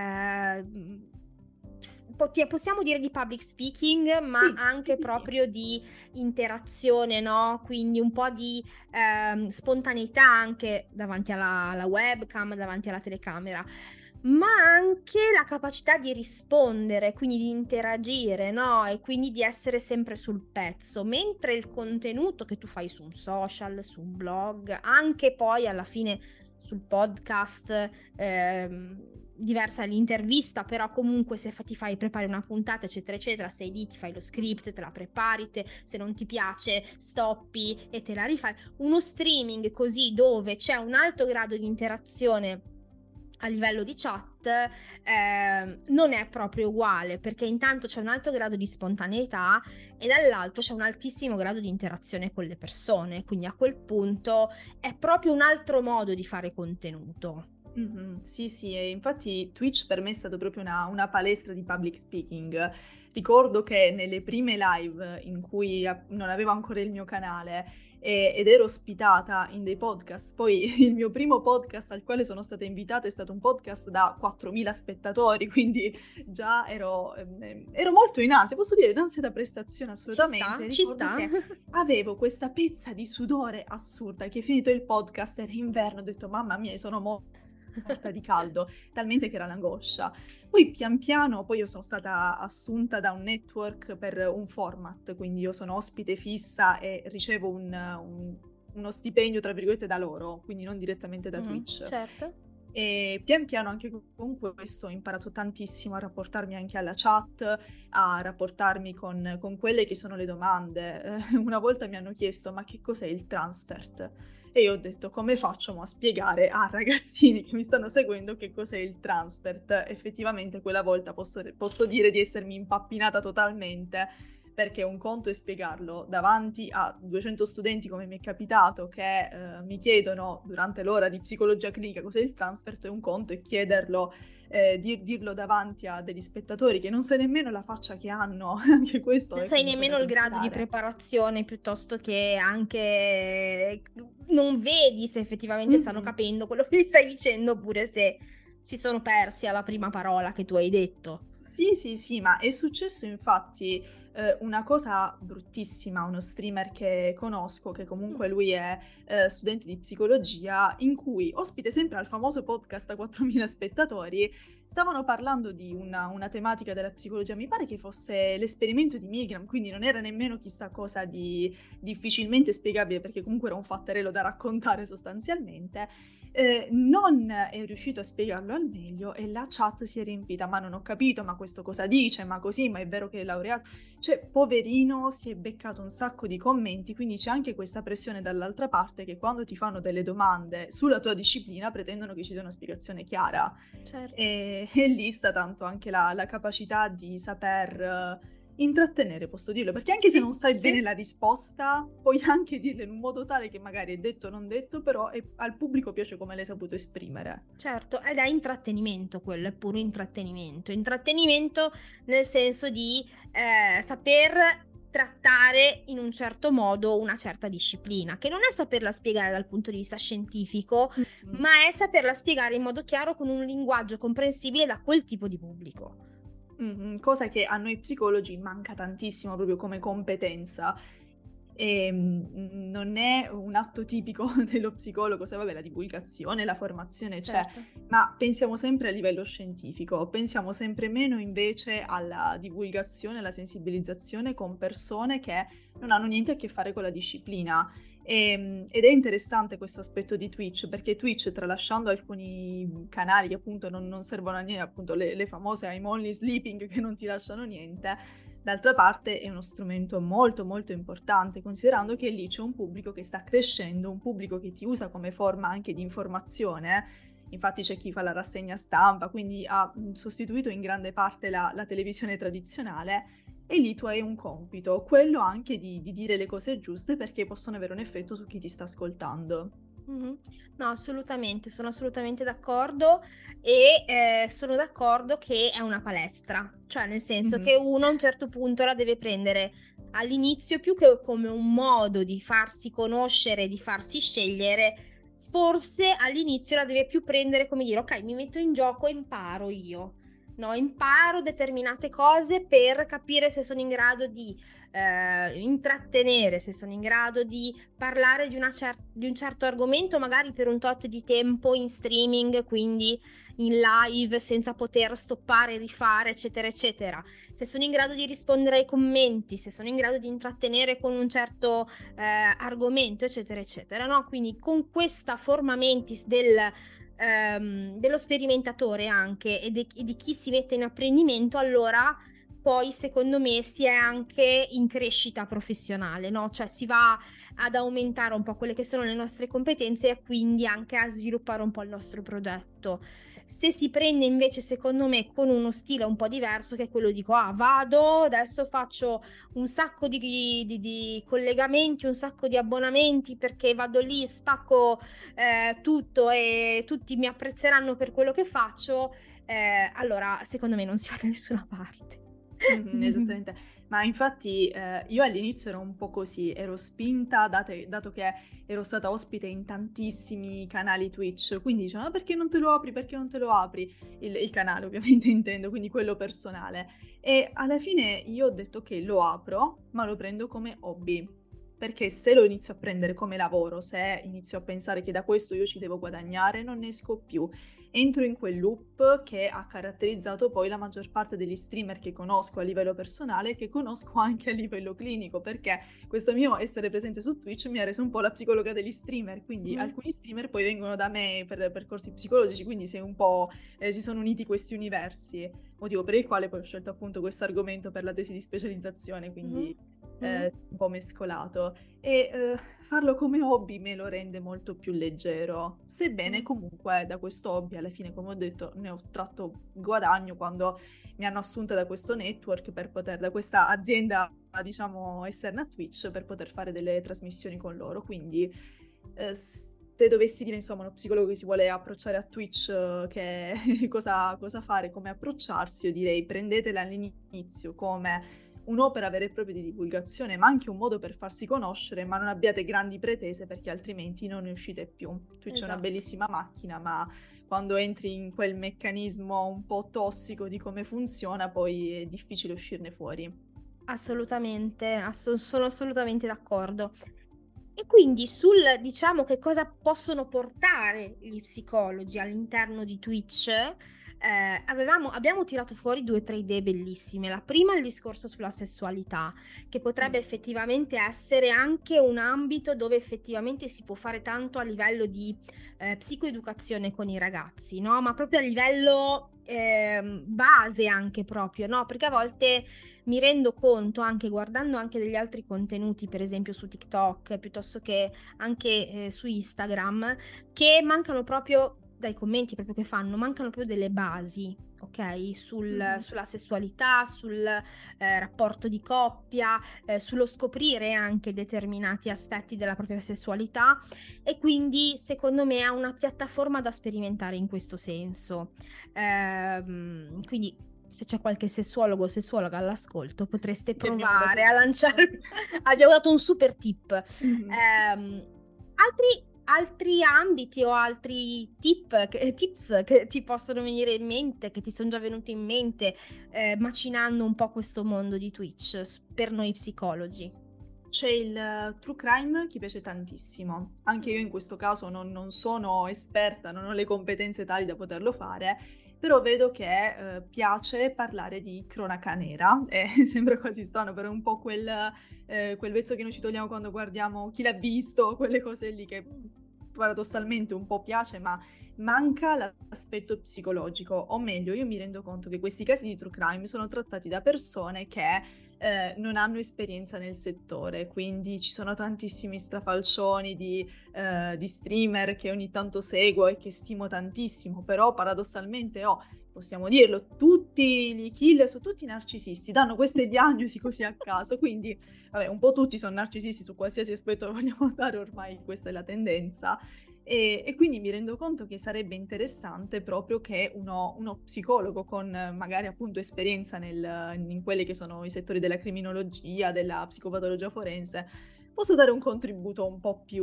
[SPEAKER 1] possiamo dire di public speaking, ma sì, anche proprio di interazione, no? Quindi un po' di spontaneità anche davanti alla webcam, davanti alla telecamera, ma anche la capacità di rispondere, quindi di interagire, no? E quindi di essere sempre sul pezzo, mentre il contenuto che tu fai su un social, su un blog, anche poi alla fine sul podcast, diversa l'intervista, però comunque se prepari una puntata eccetera eccetera, sei lì, ti fai lo script, te la prepari, se non ti piace stoppi e te la rifai. Uno streaming così dove c'è un alto grado di interazione a livello di chat non è proprio uguale, perché intanto c'è un alto grado di spontaneità e dall'altro c'è un altissimo grado di interazione con le persone, quindi a quel punto è proprio un altro modo di fare contenuto.
[SPEAKER 2] Sì, e infatti Twitch per me è stato proprio una palestra di public speaking, Ricordo che nelle prime live in cui non avevo ancora il mio canale ed ero ospitata in dei podcast, poi il mio primo podcast al quale sono stata invitata è stato un podcast da 4.000 spettatori, quindi già ero molto in ansia, posso dire in ansia da prestazione assolutamente.
[SPEAKER 1] Ci
[SPEAKER 2] Ricordo
[SPEAKER 1] sta.
[SPEAKER 2] che avevo questa pezza di sudore assurda, che finito il podcast, era inverno, ho detto mamma mia, sono morta di caldo, talmente che era l'angoscia. Poi pian piano, poi io sono stata assunta da un network per un format, quindi io sono ospite fissa e ricevo uno stipendio, tra virgolette, da loro, quindi non direttamente da Twitch.
[SPEAKER 1] Certo.
[SPEAKER 2] E pian piano anche con questo ho imparato tantissimo a rapportarmi anche alla chat, a rapportarmi con quelle che sono le domande. Una volta mi hanno chiesto ma che cos'è il transfert? E io ho detto come faccio a spiegare a ragazzini che mi stanno seguendo che cos'è il transfert? Effettivamente quella volta posso dire di essermi impappinata totalmente, perché un conto è spiegarlo davanti a 200 studenti come mi è capitato che mi chiedono durante l'ora di psicologia clinica cos'è il transfert, e un conto è chiederlo, dirlo davanti a degli spettatori che non sai nemmeno la faccia che hanno. Anche questo
[SPEAKER 1] Non
[SPEAKER 2] è
[SPEAKER 1] sai
[SPEAKER 2] comunque da
[SPEAKER 1] nemmeno il grado di
[SPEAKER 2] considerare.
[SPEAKER 1] preparazione, piuttosto che anche non vedi se effettivamente stanno
[SPEAKER 2] Mhm.
[SPEAKER 1] capendo quello che gli stai dicendo, oppure se si sono persi alla prima parola che tu hai detto.
[SPEAKER 2] Sì, ma è successo infatti una cosa bruttissima a uno streamer che conosco, che comunque lui è studente di psicologia, in cui, ospite sempre al famoso podcast a 4.000 spettatori, stavano parlando di una tematica della psicologia, mi pare che fosse l'esperimento di Milgram, quindi non era nemmeno chissà cosa di difficilmente spiegabile, perché comunque era un fatterello da raccontare sostanzialmente. Non è riuscito a spiegarlo al meglio e la chat si è riempita, ma non ho capito, ma questo cosa dice, ma così, ma è vero che è laureato? Cioè, poverino, si è beccato un sacco di commenti, quindi c'è anche questa pressione dall'altra parte che quando ti fanno delle domande sulla tua disciplina pretendono che ci sia una spiegazione chiara.
[SPEAKER 1] Certo.
[SPEAKER 2] E lì sta tanto anche la capacità di saper intrattenere, posso dirlo, perché anche se non sai bene la risposta, puoi anche dirla in un modo tale che magari è detto o non detto, però al pubblico piace come l'hai saputo esprimere.
[SPEAKER 1] Certo, ed è intrattenimento quello, è puro intrattenimento. Intrattenimento nel senso di saper trattare in un certo modo una certa disciplina, che non è saperla spiegare dal punto di vista scientifico,
[SPEAKER 2] Mm.
[SPEAKER 1] ma è saperla spiegare in modo chiaro con un linguaggio comprensibile da quel tipo di pubblico.
[SPEAKER 2] Cosa che a noi psicologi manca tantissimo proprio come competenza. E non è un atto tipico dello psicologo, se vabbè la divulgazione, la formazione c'è,
[SPEAKER 1] Certo.
[SPEAKER 2] ma pensiamo sempre a livello scientifico, pensiamo sempre meno invece alla divulgazione, alla sensibilizzazione con persone che non hanno niente a che fare con la disciplina. Ed è interessante questo aspetto di Twitch, perché Twitch, tralasciando alcuni canali che appunto non servono a niente, appunto le famose I'm only sleeping che non ti lasciano niente, d'altra parte è uno strumento molto molto importante, considerando che lì c'è un pubblico che sta crescendo, un pubblico che ti usa come forma anche di informazione. Infatti c'è chi fa la rassegna stampa, quindi ha sostituito in grande parte la televisione tradizionale, e lì tu hai un compito, quello anche di dire le cose giuste perché possono avere un effetto su chi ti sta ascoltando.
[SPEAKER 1] Mhm. No, assolutamente, sono assolutamente d'accordo e sono d'accordo che è una palestra, cioè nel senso
[SPEAKER 2] Mhm.
[SPEAKER 1] che uno a un certo punto la deve prendere all'inizio più che come un modo di farsi conoscere, di farsi scegliere, forse all'inizio la deve più prendere come dire, ok, mi metto in gioco e imparo io. No, imparo determinate cose per capire se sono in grado di intrattenere, se sono in grado di parlare di un certo argomento, magari per un tot di tempo in streaming, quindi in live, senza poter stoppare e rifare, eccetera, eccetera. Se sono in grado di rispondere ai commenti, se sono in grado di intrattenere con un certo argomento, eccetera, eccetera, no? Quindi con questa forma mentis dello sperimentatore anche e di chi si mette in apprendimento, allora poi secondo me si è anche in crescita professionale, no? Cioè si va ad aumentare un po' quelle che sono le nostre competenze e quindi anche a sviluppare un po' il nostro progetto. Se si prende invece, secondo me, con uno stile un po' diverso, che è quello di vado, adesso faccio un sacco di collegamenti, un sacco di abbonamenti perché vado lì, spacco tutto e tutti mi apprezzeranno per quello che faccio, allora secondo me non si va da nessuna parte.
[SPEAKER 2] Esattamente. Ma infatti io all'inizio ero un po' così, ero spinta dato che ero stata ospite in tantissimi canali Twitch, quindi dicevano: "Ma perché non te lo apri? Perché non te lo apri?" Il canale ovviamente intendo, quindi quello personale. E alla fine io ho detto: "Ok, lo apro, ma lo prendo come hobby." Perché se lo inizio a prendere come lavoro, se inizio a pensare che da questo io ci devo guadagnare, non ne esco più. Entro in quel loop che ha caratterizzato poi la maggior parte degli streamer che conosco a livello personale e che conosco anche a livello clinico, perché questo mio essere presente su Twitch mi ha reso un po' la psicologa degli streamer, quindi
[SPEAKER 1] Mhm.
[SPEAKER 2] alcuni streamer poi vengono da me per percorsi psicologici, quindi sei un po', si sono uniti questi universi, motivo per il quale poi ho scelto appunto questo argomento per la tesi di specializzazione,
[SPEAKER 1] Mhm.
[SPEAKER 2] quindi
[SPEAKER 1] Mhm.
[SPEAKER 2] un po' mescolato. E farlo come hobby me lo rende molto più leggero, sebbene
[SPEAKER 1] Mhm.
[SPEAKER 2] comunque da questo hobby alla fine, come ho detto, ne ho tratto guadagno quando mi hanno assunta da questo network da questa azienda, diciamo, esterna a Twitch per poter fare delle trasmissioni con loro. Quindi se dovessi dire, insomma, uno psicologo che si vuole approcciare a Twitch, che cosa fare, come approcciarsi, io direi prendetela all'inizio come un'opera vera e propria di divulgazione, ma anche un modo per farsi conoscere, ma non abbiate grandi pretese perché altrimenti non ne uscite più. Twitch è una
[SPEAKER 1] Esatto.
[SPEAKER 2] bellissima macchina, ma quando entri in quel meccanismo un po' tossico di come funziona, poi è difficile uscirne fuori.
[SPEAKER 1] Assolutamente, sono assolutamente d'accordo. E quindi diciamo, che cosa possono portare gli psicologi all'interno di Twitch, abbiamo tirato fuori 2 o 3 idee bellissime. La prima è il discorso sulla sessualità, che potrebbe
[SPEAKER 2] Mm.
[SPEAKER 1] effettivamente essere anche un ambito dove effettivamente si può fare tanto a livello di psicoeducazione con i ragazzi, no? Ma proprio a livello base anche proprio, no? Perché a volte mi rendo conto, anche guardando anche degli altri contenuti, per esempio su TikTok, piuttosto che anche su Instagram, che mancano proprio, dai commenti proprio che fanno, mancano proprio delle basi, ok?
[SPEAKER 2] Mhm.
[SPEAKER 1] Sulla sessualità, sul rapporto di coppia, sullo scoprire anche determinati aspetti della propria sessualità, e quindi secondo me è una piattaforma da sperimentare in questo senso. Quindi se c'è qualche sessuologo o sessuologa all'ascolto, potreste
[SPEAKER 2] E abbiamo dato
[SPEAKER 1] provare
[SPEAKER 2] un
[SPEAKER 1] a
[SPEAKER 2] tip.
[SPEAKER 1] lanciare. Abbiamo dato un super tip.
[SPEAKER 2] Mhm.
[SPEAKER 1] Altri ambiti o altri tips che ti possono venire in mente, che ti sono già venuti in mente, macinando un po' questo mondo di Twitch per noi psicologi?
[SPEAKER 2] C'è il true crime che piace tantissimo. Anche io in questo caso non sono esperta, non ho le competenze tali da poterlo fare, però vedo che piace parlare di cronaca nera. E sembra quasi strano, però è un po' quel vezzo che noi ci togliamo quando guardiamo Chi l'ha visto, quelle cose lì che paradossalmente un po' piace, ma manca l'aspetto psicologico. O meglio, io mi rendo conto che questi casi di true crime sono trattati da persone che non hanno esperienza nel settore, quindi ci sono tantissimi strafalcioni di streamer che ogni tanto seguo e che stimo tantissimo, però paradossalmente possiamo dirlo, tutti i killer sono tutti narcisisti, danno queste diagnosi così a caso, quindi vabbè, un po' tutti sono narcisisti su qualsiasi aspetto vogliamo dare, ormai questa è la tendenza. E quindi mi rendo conto che sarebbe interessante proprio che uno psicologo con magari appunto esperienza in quelli che sono i settori della criminologia, della psicopatologia forense, possa dare un contributo un po' più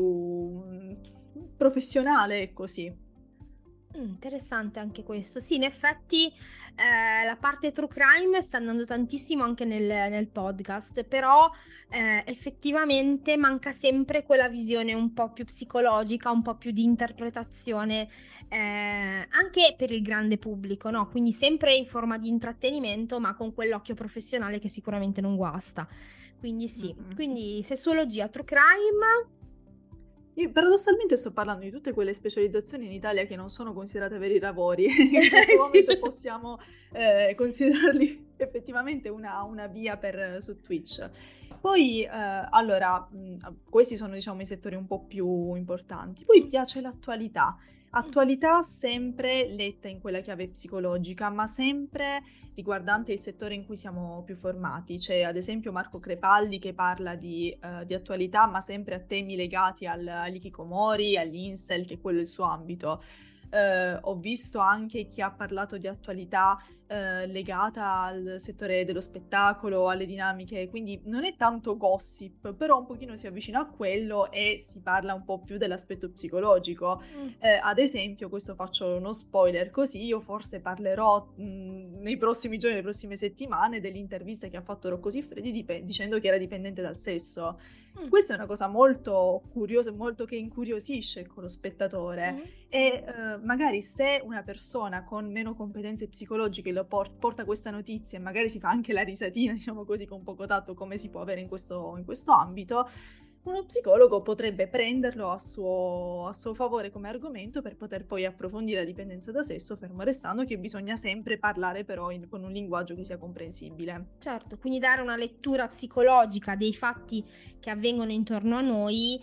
[SPEAKER 2] professionale e così.
[SPEAKER 1] Interessante anche questo. Sì, in effetti la parte true crime sta andando tantissimo anche nel podcast, però effettivamente manca sempre quella visione un po' più psicologica, un po' più di interpretazione, anche per il grande pubblico, no? Quindi sempre in forma di intrattenimento, ma con quell'occhio professionale che sicuramente non guasta. Quindi sì,
[SPEAKER 2] Mhm.
[SPEAKER 1] quindi sessuologia, true crime.
[SPEAKER 2] Io paradossalmente sto parlando di tutte quelle specializzazioni in Italia che non sono considerate veri lavori. In questo
[SPEAKER 1] Sì.
[SPEAKER 2] momento possiamo considerarli effettivamente una via su Twitch. Poi, allora, questi sono diciamo i settori un po' più importanti. Poi piace l'attualità. Attualità sempre letta in quella chiave psicologica, ma sempre riguardante il settore in cui siamo più formati. C'è ad esempio Marco Crepaldi che parla di attualità, ma sempre a temi legati agli hikikomori, agli incel, che quello è il suo ambito. Ho visto anche chi ha parlato di attualità legata al settore dello spettacolo, alle dinamiche, quindi non è tanto gossip, però un pochino si avvicina a quello e si parla un po' più dell'aspetto psicologico. Ad esempio, questo faccio uno spoiler così, io forse parlerò nei prossimi giorni, nelle prossime settimane, dell'intervista che ha fatto Rocco Siffredi dicendo che era dipendente dal sesso.
[SPEAKER 1] Mm.
[SPEAKER 2] Questa è una cosa molto curiosa, molto che incuriosisce lo spettatore. E magari se una persona con meno competenze psicologiche lo porta questa notizia e magari si fa anche la risatina, diciamo così, con poco tatto, come si può avere in questo ambito, uno psicologo potrebbe prenderlo a suo favore come argomento per poter poi approfondire la dipendenza da sesso, fermo restando che bisogna sempre parlare però con un linguaggio che sia comprensibile.
[SPEAKER 1] Certo, quindi dare una lettura psicologica dei fatti che avvengono intorno a noi,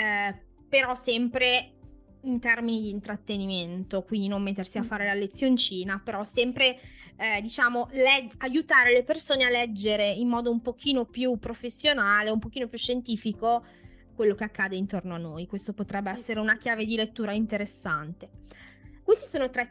[SPEAKER 1] però sempre in termini di intrattenimento, quindi non mettersi a fare la lezioncina, però sempre, diciamo, aiutare le persone a leggere in modo un pochino più professionale, un pochino più scientifico quello che accade intorno a noi. Questo potrebbe essere una chiave di lettura interessante. Questi sono tre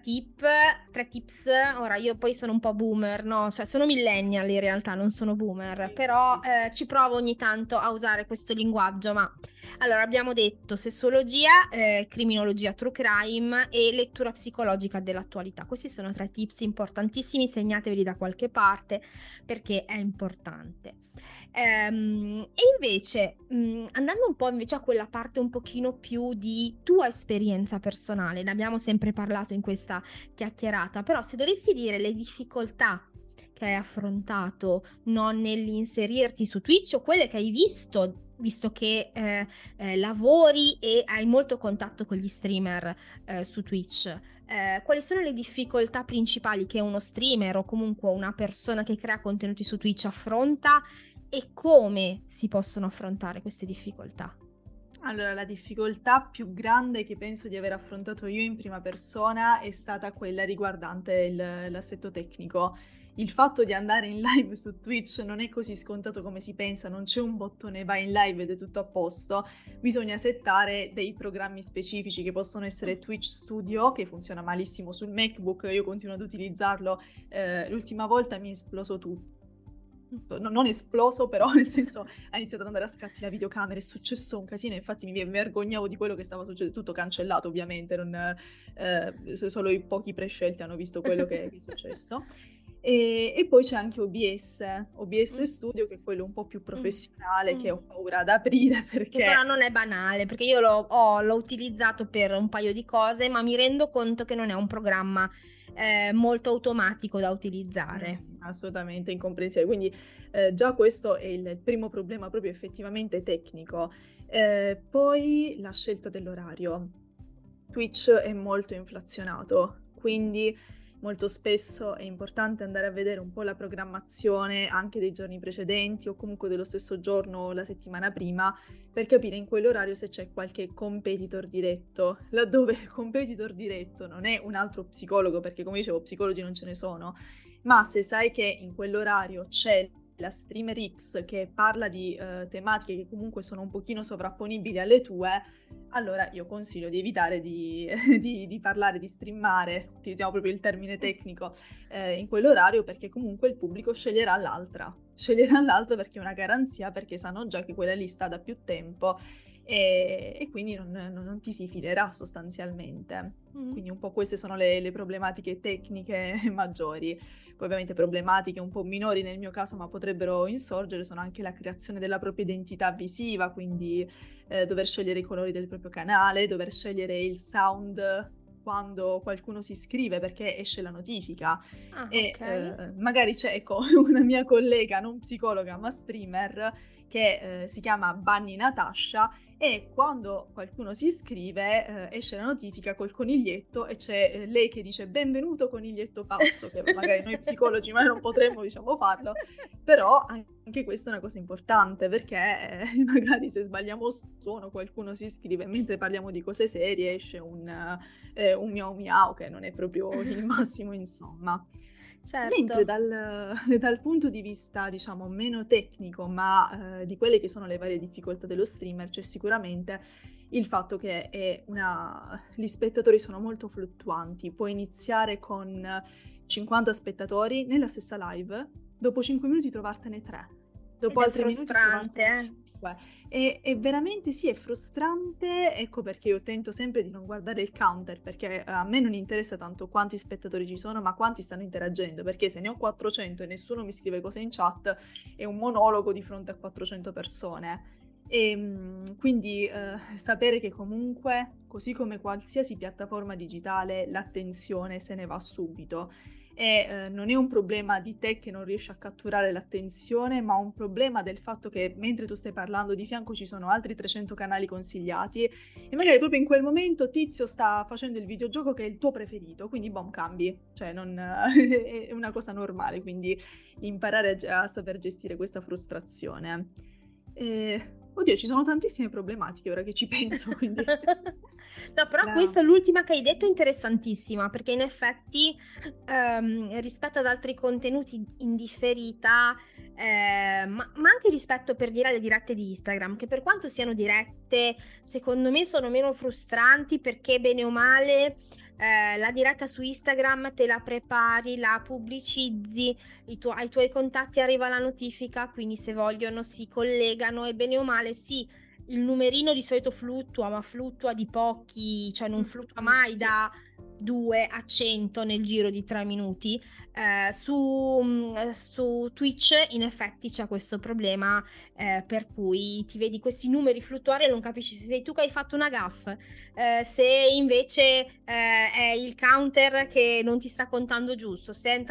[SPEAKER 1] tips. Ora io poi sono un po' boomer, no? Cioè sono millennial in realtà, non sono boomer, però ci provo ogni tanto a usare questo linguaggio. Ma allora abbiamo detto sessuologia, criminologia, true crime e lettura psicologica dell'attualità. Questi sono tre tips importantissimi, segnateveli da qualche parte perché è importante. E invece, andando un po' invece a quella parte un pochino più di tua esperienza personale, ne abbiamo sempre parlato in questa chiacchierata, però se dovessi dire le difficoltà che hai affrontato non nell'inserirti su Twitch o quelle che hai visto che lavori e hai molto contatto con gli streamer su Twitch, quali sono le difficoltà principali che uno streamer o comunque una persona che crea contenuti su Twitch affronta e come si possono affrontare queste difficoltà?
[SPEAKER 2] Allora, la difficoltà più grande che penso di aver affrontato io in prima persona è stata quella riguardante l'assetto tecnico. Il fatto di andare in live su Twitch non è così scontato come si pensa, non c'è un bottone vai in live ed è tutto a posto, bisogna settare dei programmi specifici che possono essere Twitch Studio, che funziona malissimo sul MacBook, io continuo ad utilizzarlo, l'ultima volta mi è esploso tutto. Non esploso, però nel senso ha iniziato ad andare a scatti la videocamera, è successo un casino, infatti mi vergognavo di quello che stava succedendo, tutto cancellato ovviamente, solo i pochi prescelti hanno visto quello che è successo. E poi c'è anche OBS Studio, che è quello un po' più professionale, che ho paura ad aprire perché...
[SPEAKER 1] Che però non è banale, perché io l'ho utilizzato per un paio di cose, ma mi rendo conto che non è un programma molto automatico da utilizzare.
[SPEAKER 2] Assolutamente incomprensibile, quindi già questo è il primo problema proprio effettivamente tecnico. Poi la scelta dell'orario. Twitch è molto inflazionato, quindi molto spesso è importante andare a vedere un po' la programmazione anche dei giorni precedenti o comunque dello stesso giorno o la settimana prima per capire in quell'orario se c'è qualche competitor diretto, laddove il competitor diretto non è un altro psicologo, perché come dicevo psicologi non ce ne sono, ma se sai che in quell'orario c'è la streamer X che parla di tematiche che comunque sono un pochino sovrapponibili alle tue, allora io consiglio di evitare di parlare, di streamare, utilizziamo proprio il termine tecnico, in quell'orario, perché comunque il pubblico sceglierà l'altra perché è una garanzia, perché sanno già che quella lì sta da più tempo e quindi non ti si filerà sostanzialmente. Quindi un po' queste sono le problematiche tecniche maggiori. Poi ovviamente problematiche un po' minori nel mio caso, ma potrebbero insorgere, sono anche la creazione della propria identità visiva, quindi dover scegliere i colori del proprio canale, dover scegliere il sound quando qualcuno si iscrive perché esce la notifica.
[SPEAKER 1] Okay.
[SPEAKER 2] Magari c'è una mia collega, non psicologa ma streamer, che si chiama Bunny Natasha, e quando qualcuno si iscrive esce la notifica col coniglietto e c'è lei che dice benvenuto coniglietto pazzo, che magari noi psicologi ma non potremmo diciamo farlo, però anche questa è una cosa importante, perché magari se sbagliamo suono qualcuno si iscrive mentre parliamo di cose serie, esce un miau miau che non è proprio il massimo, insomma.
[SPEAKER 1] Certo.
[SPEAKER 2] Mentre dal punto di vista, diciamo, meno tecnico, ma di quelle che sono le varie difficoltà dello streamer, c'è sicuramente il fatto che gli spettatori sono molto fluttuanti. Può iniziare con 50 spettatori nella stessa live, dopo 5 minuti trovartene 3, dopo
[SPEAKER 1] Ed è
[SPEAKER 2] altri minuti
[SPEAKER 1] frustrante,
[SPEAKER 2] trovartene 5. E veramente sì, è frustrante, ecco perché io tento sempre di non guardare il counter, perché a me non interessa tanto quanti spettatori ci sono, ma quanti stanno interagendo, perché se ne ho 400 e nessuno mi scrive cose in chat, è un monologo di fronte a 400 persone. E quindi sapere che comunque, così come qualsiasi piattaforma digitale, l'attenzione se ne va subito. E non è un problema di te che non riesci a catturare l'attenzione, ma un problema del fatto che mentre tu stai parlando di fianco ci sono altri 300 canali consigliati e magari proprio in quel momento Tizio sta facendo il videogioco che è il tuo preferito, quindi boom, cambi, cioè non, è una cosa normale, quindi imparare a saper gestire questa frustrazione. Oddio, ci sono tantissime problematiche ora che ci penso, quindi...
[SPEAKER 1] No, però questa, l'ultima che hai detto, è interessantissima, perché in effetti rispetto ad altri contenuti in differita, ma anche rispetto, per dire, alle dirette di Instagram, che per quanto siano dirette, secondo me sono meno frustranti, perché bene o male la diretta su Instagram te la prepari, la pubblicizzi, ai tuoi contatti arriva la notifica, quindi se vogliono si collegano e bene o male sì, il numerino di solito fluttua, ma fluttua di pochi, cioè non fluttua mai
[SPEAKER 2] sì.
[SPEAKER 1] da 2 a 100 nel giro di 3 minuti. Su Twitch in effetti c'è questo problema, per cui ti vedi questi numeri fluttuare e non capisci se sei tu che hai fatto una gaffe, se invece è il counter che non ti sta contando giusto,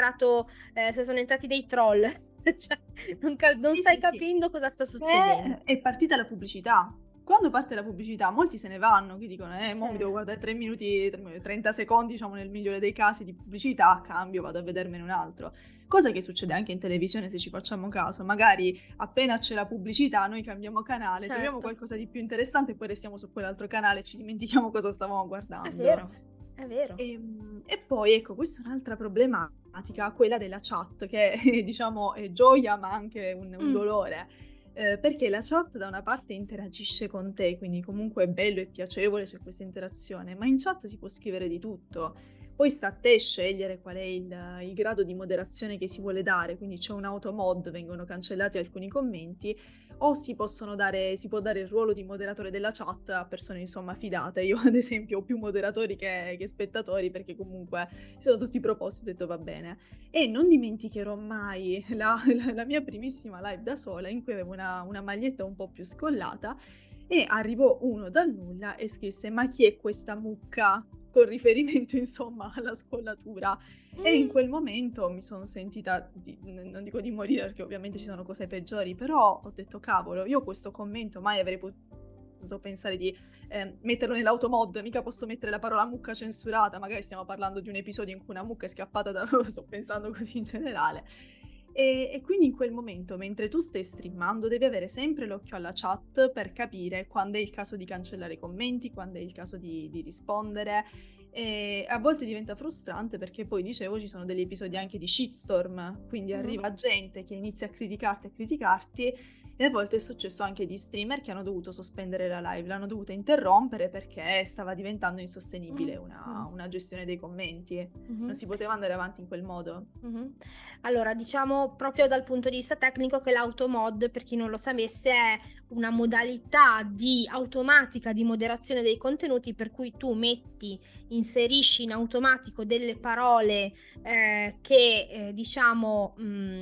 [SPEAKER 1] se sono entrati dei troll. Cioè, non stai capendo cosa sta succedendo.
[SPEAKER 2] È partita la pubblicità. Quando parte la pubblicità, molti se ne vanno, che dicono, mo mi devo guardare 3 minuti, 30 secondi, diciamo nel migliore dei casi, di pubblicità, cambio, vado a vedermene un altro. Cosa che succede anche in televisione, se ci facciamo caso. Magari appena c'è la pubblicità, noi cambiamo canale, troviamo qualcosa di più interessante e poi restiamo su quell'altro canale e ci dimentichiamo cosa stavamo guardando.
[SPEAKER 1] È vero.
[SPEAKER 2] E poi, ecco, questa è un'altra problematica, quella della chat, che diciamo è gioia ma anche un dolore. Perché la chat da una parte interagisce con te, quindi comunque è bello e piacevole c'è questa interazione, ma in chat si può scrivere di tutto. Poi sta a te scegliere qual è il grado di moderazione che si vuole dare, quindi c'è un automod, vengono cancellati alcuni commenti, o si può dare il ruolo di moderatore della chat a persone insomma fidate. Io ad esempio ho più moderatori che spettatori, perché comunque si sono tutti proposti, ho detto va bene. E non dimenticherò mai la mia primissima live da sola, in cui avevo una maglietta un po' più scollata e arrivò uno dal nulla e scrisse: ma chi è questa mucca? Con riferimento insomma alla scollatura. E in quel momento mi sono sentita, non dico di morire perché ovviamente ci sono cose peggiori, però ho detto cavolo, io questo commento mai avrei potuto pensare di metterlo nell'automod, mica posso mettere la parola mucca censurata, magari stiamo parlando di un episodio in cui una mucca è scappata da... sto pensando così in generale. E quindi in quel momento, mentre tu stai streamando, devi avere sempre l'occhio alla chat per capire quando è il caso di cancellare i commenti, quando è il caso di rispondere. E a volte diventa frustrante perché poi, dicevo, ci sono degli episodi anche di shitstorm, quindi arriva gente che inizia a criticarti, e a volte è successo anche di streamer che hanno dovuto sospendere la live, l'hanno dovuta interrompere perché stava diventando insostenibile una gestione dei commenti. Non si poteva andare avanti in quel modo.
[SPEAKER 1] Allora, diciamo proprio dal punto di vista tecnico che l'automod, per chi non lo sapesse, è una modalità automatica di moderazione dei contenuti, per cui tu inserisci in automatico delle parole che diciamo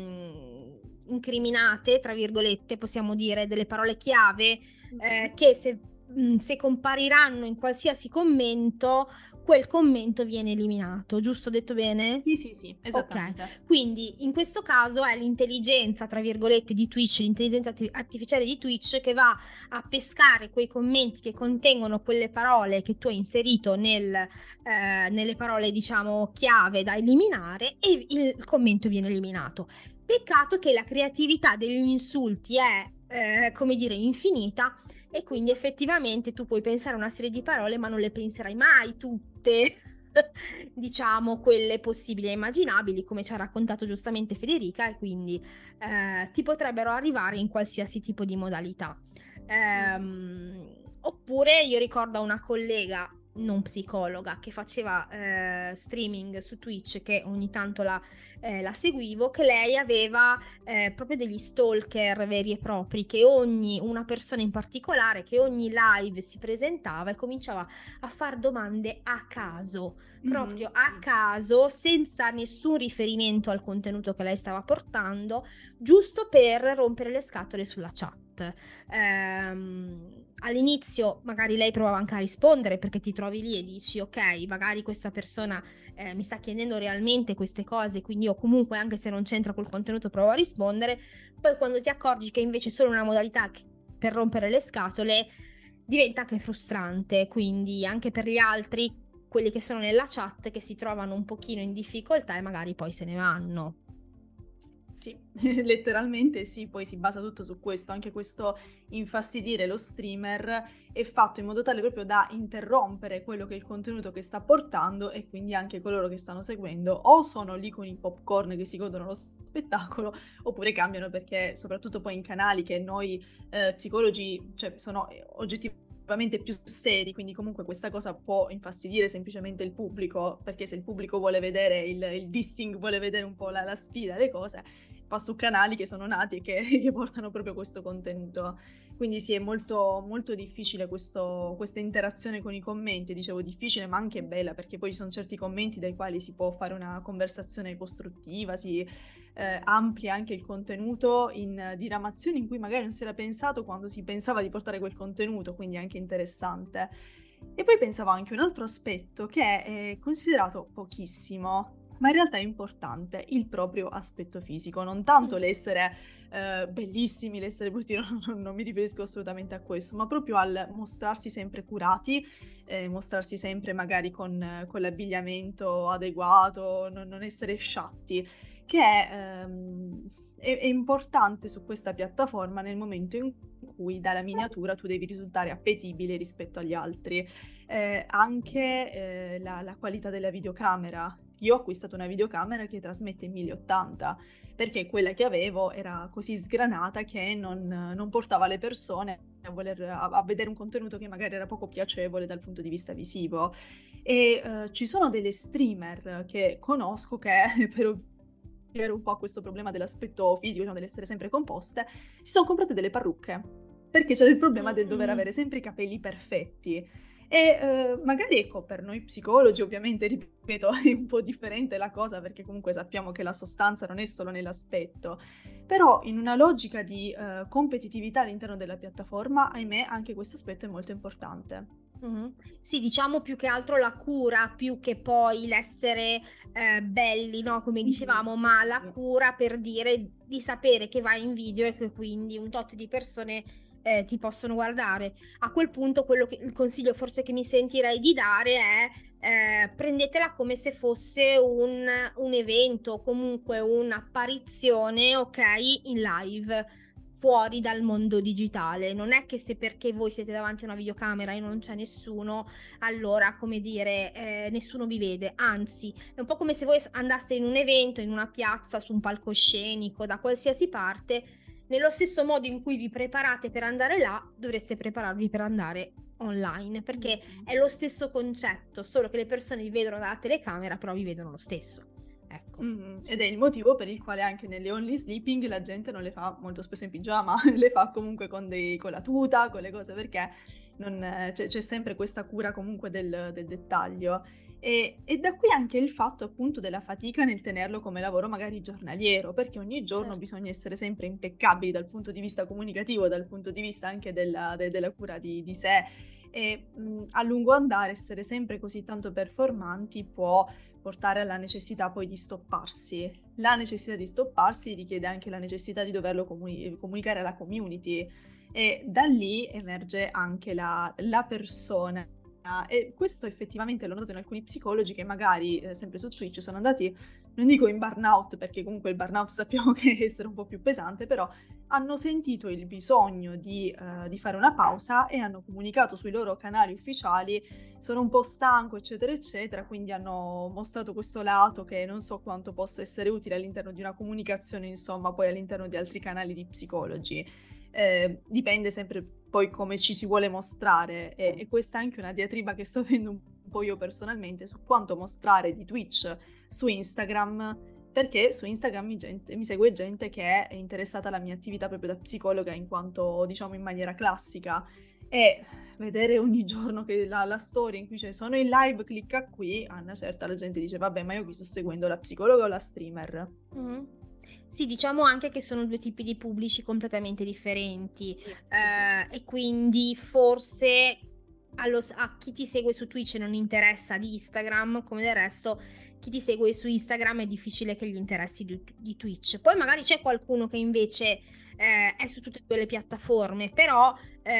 [SPEAKER 1] incriminate, tra virgolette, possiamo dire, delle parole chiave che se compariranno in qualsiasi commento, quel commento viene eliminato, giusto detto bene?
[SPEAKER 2] Sì, esattamente.
[SPEAKER 1] Ok, quindi in questo caso è l'intelligenza, tra virgolette, di Twitch, l'intelligenza artificiale di Twitch, che va a pescare quei commenti che contengono quelle parole che tu hai inserito nelle parole, diciamo, chiave da eliminare, e il commento viene eliminato. Peccato che la creatività degli insulti è, come dire, infinita, e quindi effettivamente tu puoi pensare a una serie di parole, ma non le penserai mai tutte, diciamo, quelle possibili e immaginabili, come ci ha raccontato giustamente Federica, e quindi ti potrebbero arrivare in qualsiasi tipo di modalità. Oppure io ricordo a una collega non psicologa, che faceva streaming su Twitch, che ogni tanto la seguivo, che lei aveva proprio degli stalker veri e propri, che una persona in particolare, che ogni live si presentava e cominciava a fare domande a caso,
[SPEAKER 2] Mhm,
[SPEAKER 1] proprio a
[SPEAKER 2] sì.
[SPEAKER 1] caso, senza nessun riferimento al contenuto che lei stava portando, giusto per rompere le scatole sulla chat. All'inizio magari lei provava anche a rispondere, perché ti trovi lì e dici ok, magari questa persona mi sta chiedendo realmente queste cose, quindi io comunque, anche se non c'entra col contenuto, provo a rispondere. Poi quando ti accorgi che invece è solo una modalità per rompere le scatole, diventa anche frustrante, quindi anche per gli altri, quelli che sono nella chat, che si trovano un pochino in difficoltà e magari poi se ne vanno.
[SPEAKER 2] Sì, letteralmente sì, poi si basa tutto su questo, anche questo infastidire lo streamer è fatto in modo tale proprio da interrompere quello che è il contenuto che sta portando, e quindi anche coloro che stanno seguendo o sono lì con i popcorn che si godono lo spettacolo, oppure cambiano, perché soprattutto poi in canali che noi psicologi, cioè, sono oggettivamente più seri, quindi comunque questa cosa può infastidire semplicemente il pubblico, perché se il pubblico vuole vedere il dissing, vuole vedere un po' la sfida, le cose, va su canali che sono nati e che portano proprio questo contenuto. Quindi sì, è molto, molto difficile questa interazione con i commenti. Dicevo difficile, ma anche bella, perché poi ci sono certi commenti dai quali si può fare una conversazione costruttiva, si amplia anche il contenuto in diramazioni in cui magari non si era pensato quando si pensava di portare quel contenuto, quindi è anche interessante. E poi pensavo anche a un altro aspetto che è considerato pochissimo, ma in realtà è importante, il proprio aspetto fisico, non tanto l'essere bellissimi, l'essere brutti, non mi riferisco assolutamente a questo, ma proprio al mostrarsi sempre curati, mostrarsi sempre magari con l'abbigliamento adeguato, non essere sciatti, che è importante su questa piattaforma nel momento in cui dalla miniatura tu devi risultare appetibile rispetto agli altri. Anche la qualità della videocamera. Io ho acquistato una videocamera che trasmette in 1080, perché quella che avevo era così sgranata che non portava le persone a vedere un contenuto che magari era poco piacevole dal punto di vista visivo. E ci sono delle streamer che conosco che per ovviare un po' a questo problema dell'aspetto fisico, diciamo, dell'essere sempre composte, si sono comprate delle parrucche, perché c'era il problema del dover avere sempre i capelli perfetti. E magari, ecco, per noi psicologi, ovviamente, ripeto, è un po' differente la cosa, perché comunque sappiamo che la sostanza non è solo nell'aspetto, però in una logica di competitività all'interno della piattaforma, ahimè, anche questo aspetto è molto importante.
[SPEAKER 1] Mhm. Sì, diciamo più che altro la cura, più che poi l'essere belli, no? Come
[SPEAKER 2] Mhm,
[SPEAKER 1] dicevamo,
[SPEAKER 2] sì,
[SPEAKER 1] ma
[SPEAKER 2] sì,
[SPEAKER 1] la
[SPEAKER 2] sì.
[SPEAKER 1] cura per dire di sapere che vai in video e che quindi un tot di persone ti possono guardare. A quel punto, il consiglio forse che mi sentirei di dare è prendetela come se fosse un evento, comunque un'apparizione, ok, in live, fuori dal mondo digitale. Non è che se perché voi siete davanti a una videocamera e non c'è nessuno, allora, come dire, nessuno vi vede. Anzi, è un po' come se voi andaste in un evento, in una piazza, su un palcoscenico, da qualsiasi parte. Nello stesso modo in cui vi preparate per andare là, dovreste prepararvi per andare online, perché
[SPEAKER 2] Mhm.
[SPEAKER 1] è lo stesso concetto, solo che le persone vi vedono dalla telecamera, però vi vedono lo stesso. Ecco.
[SPEAKER 2] Ed è il motivo per il quale anche nelle only sleeping la gente non le fa molto spesso in pigiama, le fa comunque con la tuta, con le cose, perché c'è sempre questa cura comunque del dettaglio. E da qui anche il fatto appunto della fatica nel tenerlo come lavoro magari giornaliero, perché ogni giorno
[SPEAKER 1] Certo.
[SPEAKER 2] bisogna essere sempre impeccabili dal punto di vista comunicativo, dal punto di vista anche della cura di sé. E a lungo andare essere sempre così tanto performanti può portare alla necessità poi di stopparsi. La necessità di stopparsi richiede anche la necessità di doverlo comunicare alla community, e da lì emerge anche la persona. E questo effettivamente l'ho notato in alcuni psicologi che magari, sempre su Twitch, sono andati, non dico in burnout, perché comunque il burnout sappiamo che è essere un po' più pesante, però hanno sentito il bisogno di fare una pausa e hanno comunicato sui loro canali ufficiali: sono un po' stanco, eccetera, eccetera, quindi hanno mostrato questo lato che non so quanto possa essere utile all'interno di una comunicazione, insomma, poi all'interno di altri canali di psicologi. Dipende sempre poi come ci si vuole mostrare, e questa è anche una diatriba che sto avendo un po' io personalmente su quanto mostrare di Twitch su Instagram, perché su Instagram mi segue gente che è interessata alla mia attività proprio da psicologa, in quanto, diciamo, in maniera classica, e vedere ogni giorno che la storia in cui c'è sono in live, clicca qui, a una certa la gente dice vabbè, ma io chi sto seguendo, la psicologa o la streamer?
[SPEAKER 1] Mhm. Sì, diciamo anche che sono due tipi di pubblici completamente differenti,
[SPEAKER 2] Sì.
[SPEAKER 1] e quindi forse a chi ti segue su Twitch non interessa di Instagram, come del resto chi ti segue su Instagram è difficile che gli interessi di Twitch. Poi magari c'è qualcuno che invece è su tutte e due le piattaforme, però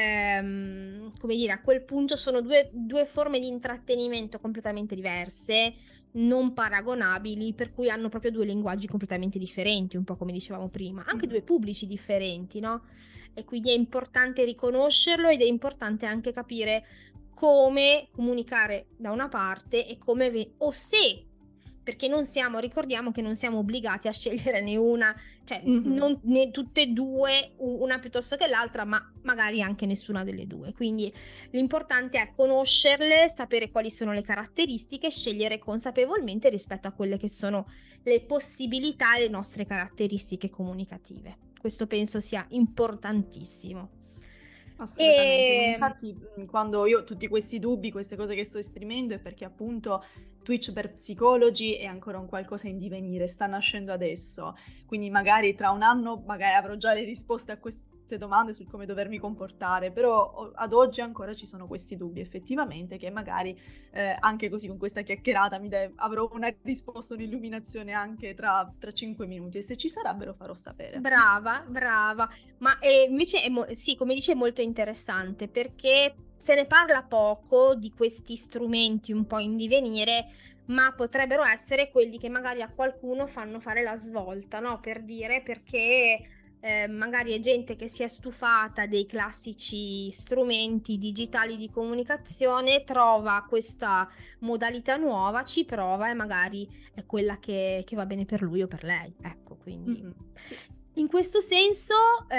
[SPEAKER 1] come dire, a quel punto sono due forme di intrattenimento completamente diverse, non paragonabili, per cui hanno proprio due linguaggi completamente differenti, un po' come dicevamo prima, anche due pubblici differenti, no? E quindi è importante riconoscerlo ed è importante anche capire come comunicare da una parte e come o se, perché ricordiamo che non siamo obbligati a scegliere né una, cioè non, né tutte e due, una piuttosto che l'altra, ma magari anche nessuna delle due. Quindi l'importante è conoscerle, sapere quali sono le caratteristiche, scegliere consapevolmente rispetto a quelle che sono le possibilità e le nostre caratteristiche comunicative. Questo penso sia importantissimo.
[SPEAKER 2] Assolutamente, ma infatti quando io ho tutti questi dubbi, queste cose che sto esprimendo, è perché appunto Twitch per psicologi è ancora un qualcosa in divenire, sta nascendo adesso, quindi magari tra un anno magari avrò già le risposte a queste domande sul come dovermi comportare, però ad oggi ancora ci sono questi dubbi effettivamente, che magari anche così con questa chiacchierata avrò una risposta, un'illuminazione anche tra 5 minuti, e se ci sarà ve lo farò sapere.
[SPEAKER 1] Brava, brava. Ma invece, sì, come dice, è molto interessante perché se ne parla poco di questi strumenti un po' in divenire, ma potrebbero essere quelli che magari a qualcuno fanno fare la svolta, no? Per dire, perché magari è gente che si è stufata dei classici strumenti digitali di comunicazione, trova questa modalità nuova, ci prova e magari è quella che va bene per lui o per lei. Ecco, quindi.
[SPEAKER 2] Sì.
[SPEAKER 1] In questo senso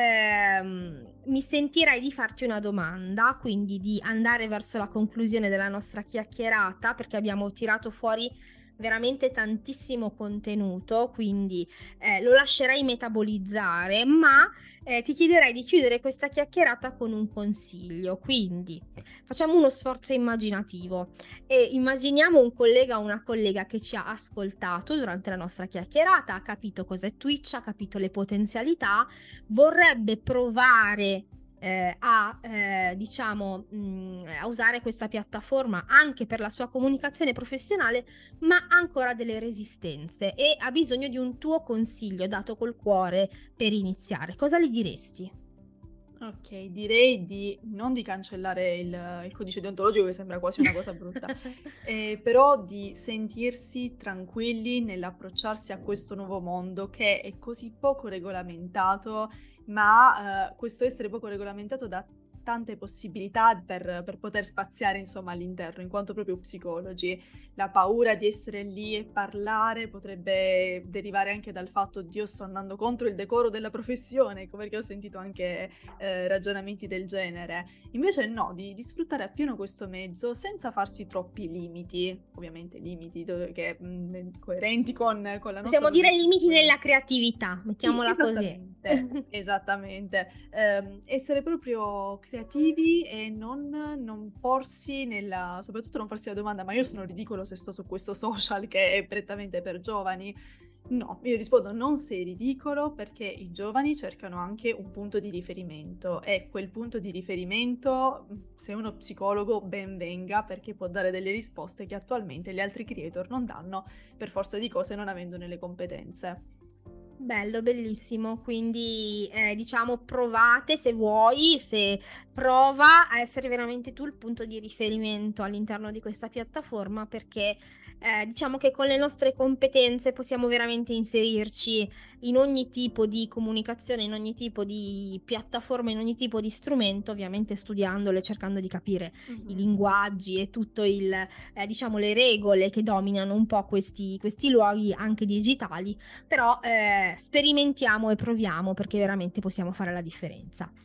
[SPEAKER 1] mi sentirei di farti una domanda, quindi di andare verso la conclusione della nostra chiacchierata, perché abbiamo tirato fuori veramente tantissimo contenuto, quindi lo lascerei metabolizzare, ma ti chiederei di chiudere questa chiacchierata con un consiglio. Quindi facciamo uno sforzo immaginativo e immaginiamo un collega o una collega che ci ha ascoltato durante la nostra chiacchierata, ha capito cos'è Twitch, ha capito le potenzialità, vorrebbe provare diciamo, a usare questa piattaforma anche per la sua comunicazione professionale, ma ha ancora delle resistenze e ha bisogno di un tuo consiglio dato col cuore per iniziare. Cosa gli diresti?
[SPEAKER 2] Ok, direi non di cancellare il codice deontologico, che sembra quasi una cosa brutta, però di sentirsi tranquilli nell'approcciarsi a questo nuovo mondo che è così poco regolamentato, ma questo essere poco regolamentato dà tante possibilità per poter spaziare, insomma, all'interno, in quanto proprio psicologi. La paura di essere lì e parlare potrebbe derivare anche dal fatto di io sto andando contro il decoro della professione, perché ho sentito anche ragionamenti del genere. Invece no, di sfruttare appieno questo mezzo senza farsi troppi limiti, ovviamente limiti che coerenti con la nostra
[SPEAKER 1] Possiamo dire limiti nella
[SPEAKER 2] professione.
[SPEAKER 1] creatività, mettiamola così.
[SPEAKER 2] Esattamente. Essere proprio creativi e non porsi soprattutto non farsi la domanda: ma io sono ridicolo se sto su questo social che è prettamente per giovani? No, io rispondo: non sei ridicolo, perché i giovani cercano anche un punto di riferimento, e quel punto di riferimento, se uno psicologo, ben venga, perché può dare delle risposte che attualmente gli altri creator non danno, per forza di cose, non avendone le competenze.
[SPEAKER 1] Bello, bellissimo. Quindi diciamo provate se vuoi, se prova a essere veramente tu il punto di riferimento all'interno di questa piattaforma, perché diciamo che con le nostre competenze possiamo veramente inserirci in ogni tipo di comunicazione, in ogni tipo di piattaforma, in ogni tipo di strumento, ovviamente studiandole, cercando di capire i linguaggi e tutto diciamo le regole che dominano un po' questi luoghi anche digitali, però sperimentiamo e proviamo perché veramente possiamo fare la differenza.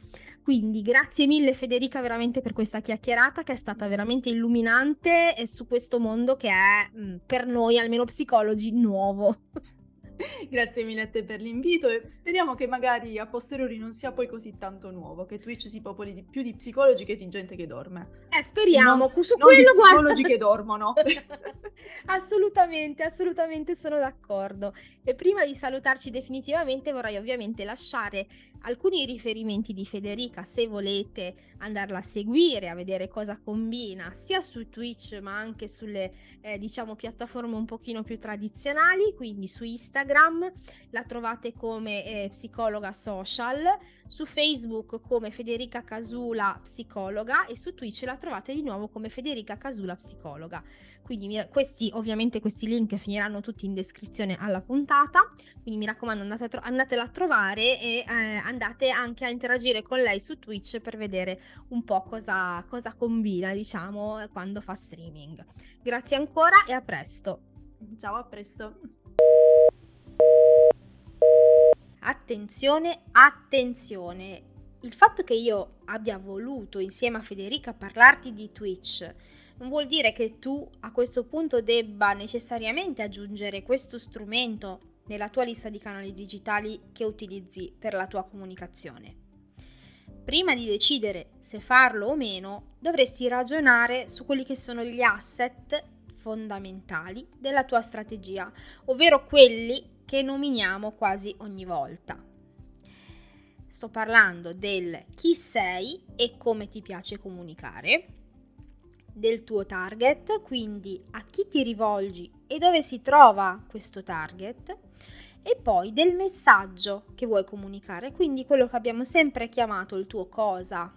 [SPEAKER 1] Quindi grazie mille Federica veramente per questa chiacchierata che è stata veramente illuminante e su questo mondo che è per noi, almeno psicologi, nuovo.
[SPEAKER 2] Grazie mille a te per l'invito e speriamo che magari a posteriori non sia poi così tanto nuovo, che Twitch si popoli di più di psicologi che di gente che dorme.
[SPEAKER 1] Speriamo, su
[SPEAKER 2] Non di
[SPEAKER 1] quello
[SPEAKER 2] psicologi
[SPEAKER 1] guarda.
[SPEAKER 2] che dormono.
[SPEAKER 1] Assolutamente sono d'accordo. E prima di salutarci definitivamente vorrei ovviamente lasciare alcuni riferimenti di Federica se volete andarla a seguire, a vedere cosa combina sia su Twitch ma anche sulle diciamo piattaforme un pochino più tradizionali, quindi su Instagram la trovate come psicologa social, su Facebook come Federica Casula psicologa e su Twitch la trovate di nuovo come Federica Casula psicologa. Quindi questi link finiranno tutti in descrizione alla puntata, quindi mi raccomando andatela a trovare e andate anche a interagire con lei su Twitch per vedere un po' cosa combina, diciamo, quando fa streaming. Grazie ancora e a presto.
[SPEAKER 2] Ciao, a presto.
[SPEAKER 1] Attenzione! Il fatto che io abbia voluto insieme a Federica parlarti di Twitch non vuol dire che tu a questo punto debba necessariamente aggiungere questo strumento nella tua lista di canali digitali che utilizzi per la tua comunicazione. Prima di decidere se farlo o meno, dovresti ragionare su quelli che sono gli asset fondamentali della tua strategia, ovvero quelli che nominiamo quasi ogni volta. Sto parlando del chi sei e come ti piace comunicare, del tuo target, quindi a chi ti rivolgi e dove si trova questo target, e poi del messaggio che vuoi comunicare, quindi quello che abbiamo sempre chiamato il tuo cosa.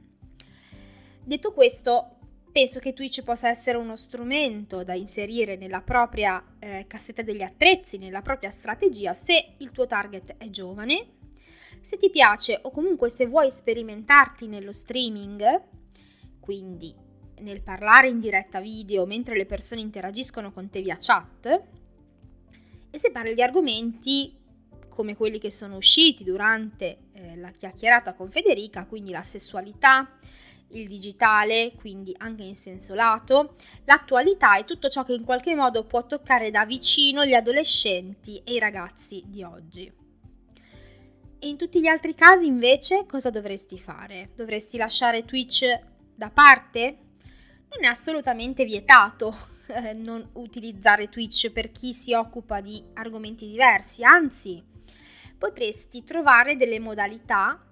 [SPEAKER 1] Detto questo, penso che Twitch possa essere uno strumento da inserire nella propria cassetta degli attrezzi, nella propria strategia, se il tuo target è giovane, se ti piace o comunque se vuoi sperimentarti nello streaming, quindi nel parlare in diretta video mentre le persone interagiscono con te via chat, e se parli di argomenti come quelli che sono usciti durante la chiacchierata con Federica, quindi la sessualità, il digitale, quindi anche in senso lato, l'attualità e tutto ciò che in qualche modo può toccare da vicino gli adolescenti e i ragazzi di oggi. E in tutti gli altri casi invece cosa dovresti fare? Dovresti lasciare Twitch da parte? Non è assolutamente vietato non utilizzare Twitch per chi si occupa di argomenti diversi, anzi potresti trovare delle modalità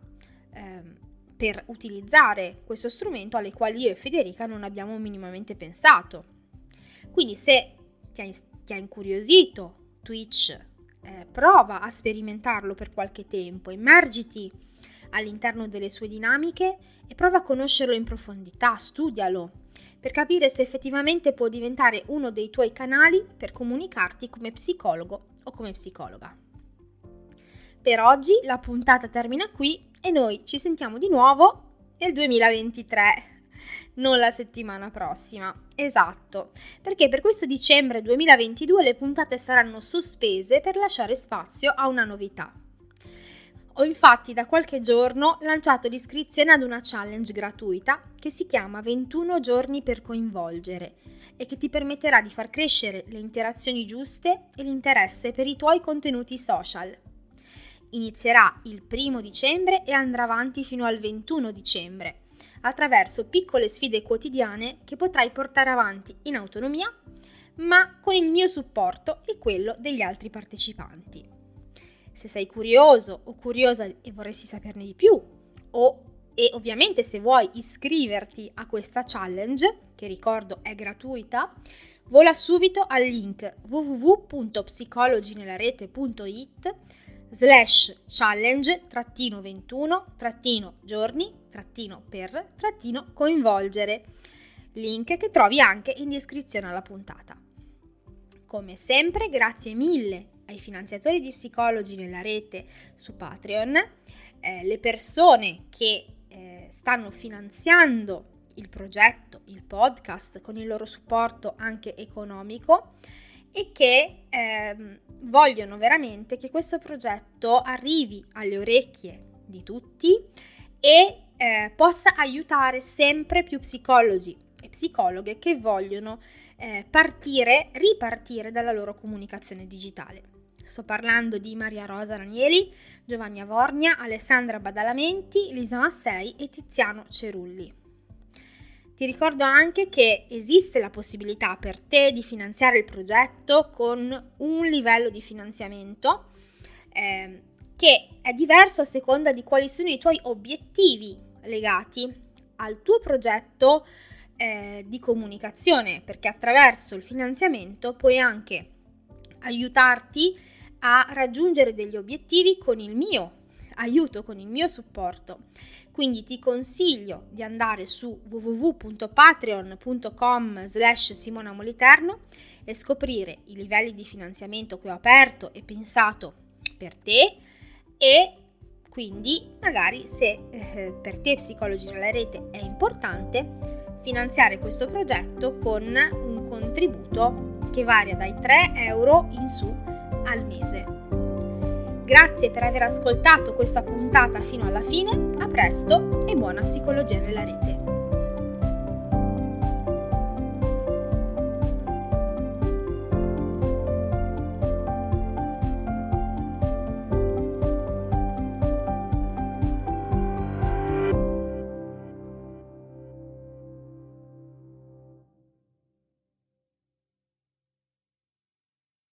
[SPEAKER 1] per utilizzare questo strumento alle quali io e Federica non abbiamo minimamente pensato. Quindi se ti ha incuriosito Twitch, prova a sperimentarlo per qualche tempo, immergiti all'interno delle sue dinamiche e prova a conoscerlo in profondità, studialo, per capire se effettivamente può diventare uno dei tuoi canali per comunicarti come psicologo o come psicologa. Per oggi la puntata termina qui e noi ci sentiamo di nuovo nel 2023, non la settimana prossima. Esatto, perché per questo dicembre 2022 le puntate saranno sospese per lasciare spazio a una novità. Ho infatti da qualche giorno lanciato l'iscrizione ad una challenge gratuita che si chiama 21 giorni per coinvolgere e che ti permetterà di far crescere le interazioni giuste e l'interesse per i tuoi contenuti social. Inizierà il 1 dicembre e andrà avanti fino al 21 dicembre, attraverso piccole sfide quotidiane che potrai portare avanti in autonomia, ma con il mio supporto e quello degli altri partecipanti. Se sei curioso o curiosa e vorresti saperne di più, e ovviamente se vuoi iscriverti a questa challenge, che ricordo è gratuita, vola subito al link www.psicologinellarete.it/challenge-21-giorni-per-coinvolgere, link che trovi anche in descrizione alla puntata. Come sempre, grazie mille ai finanziatori di Psicologi nella Rete su Patreon, le persone che stanno finanziando il progetto, il podcast, con il loro supporto anche economico e che vogliono veramente che questo progetto arrivi alle orecchie di tutti e possa aiutare sempre più psicologi e psicologhe che vogliono ripartire dalla loro comunicazione digitale. Sto parlando di Maria Rosa Ranieri, Giovanni Avornia, Alessandra Badalamenti, Lisa Massei e Tiziano Cerulli. Ti ricordo anche che esiste la possibilità per te di finanziare il progetto con un livello di finanziamento che è diverso a seconda di quali sono i tuoi obiettivi legati al tuo progetto di comunicazione, perché attraverso il finanziamento puoi anche aiutarti a raggiungere degli obiettivi con il mio aiuto, con il mio supporto. Quindi ti consiglio di andare su www.patreon.com/Simona Moliterno e scoprire i livelli di finanziamento che ho aperto e pensato per te, e quindi magari se per te Psicologi nella Rete è importante finanziare questo progetto con un contributo che varia dai 3 euro in su al mese. Grazie per aver ascoltato questa puntata fino alla fine, a presto e buona psicologia nella rete.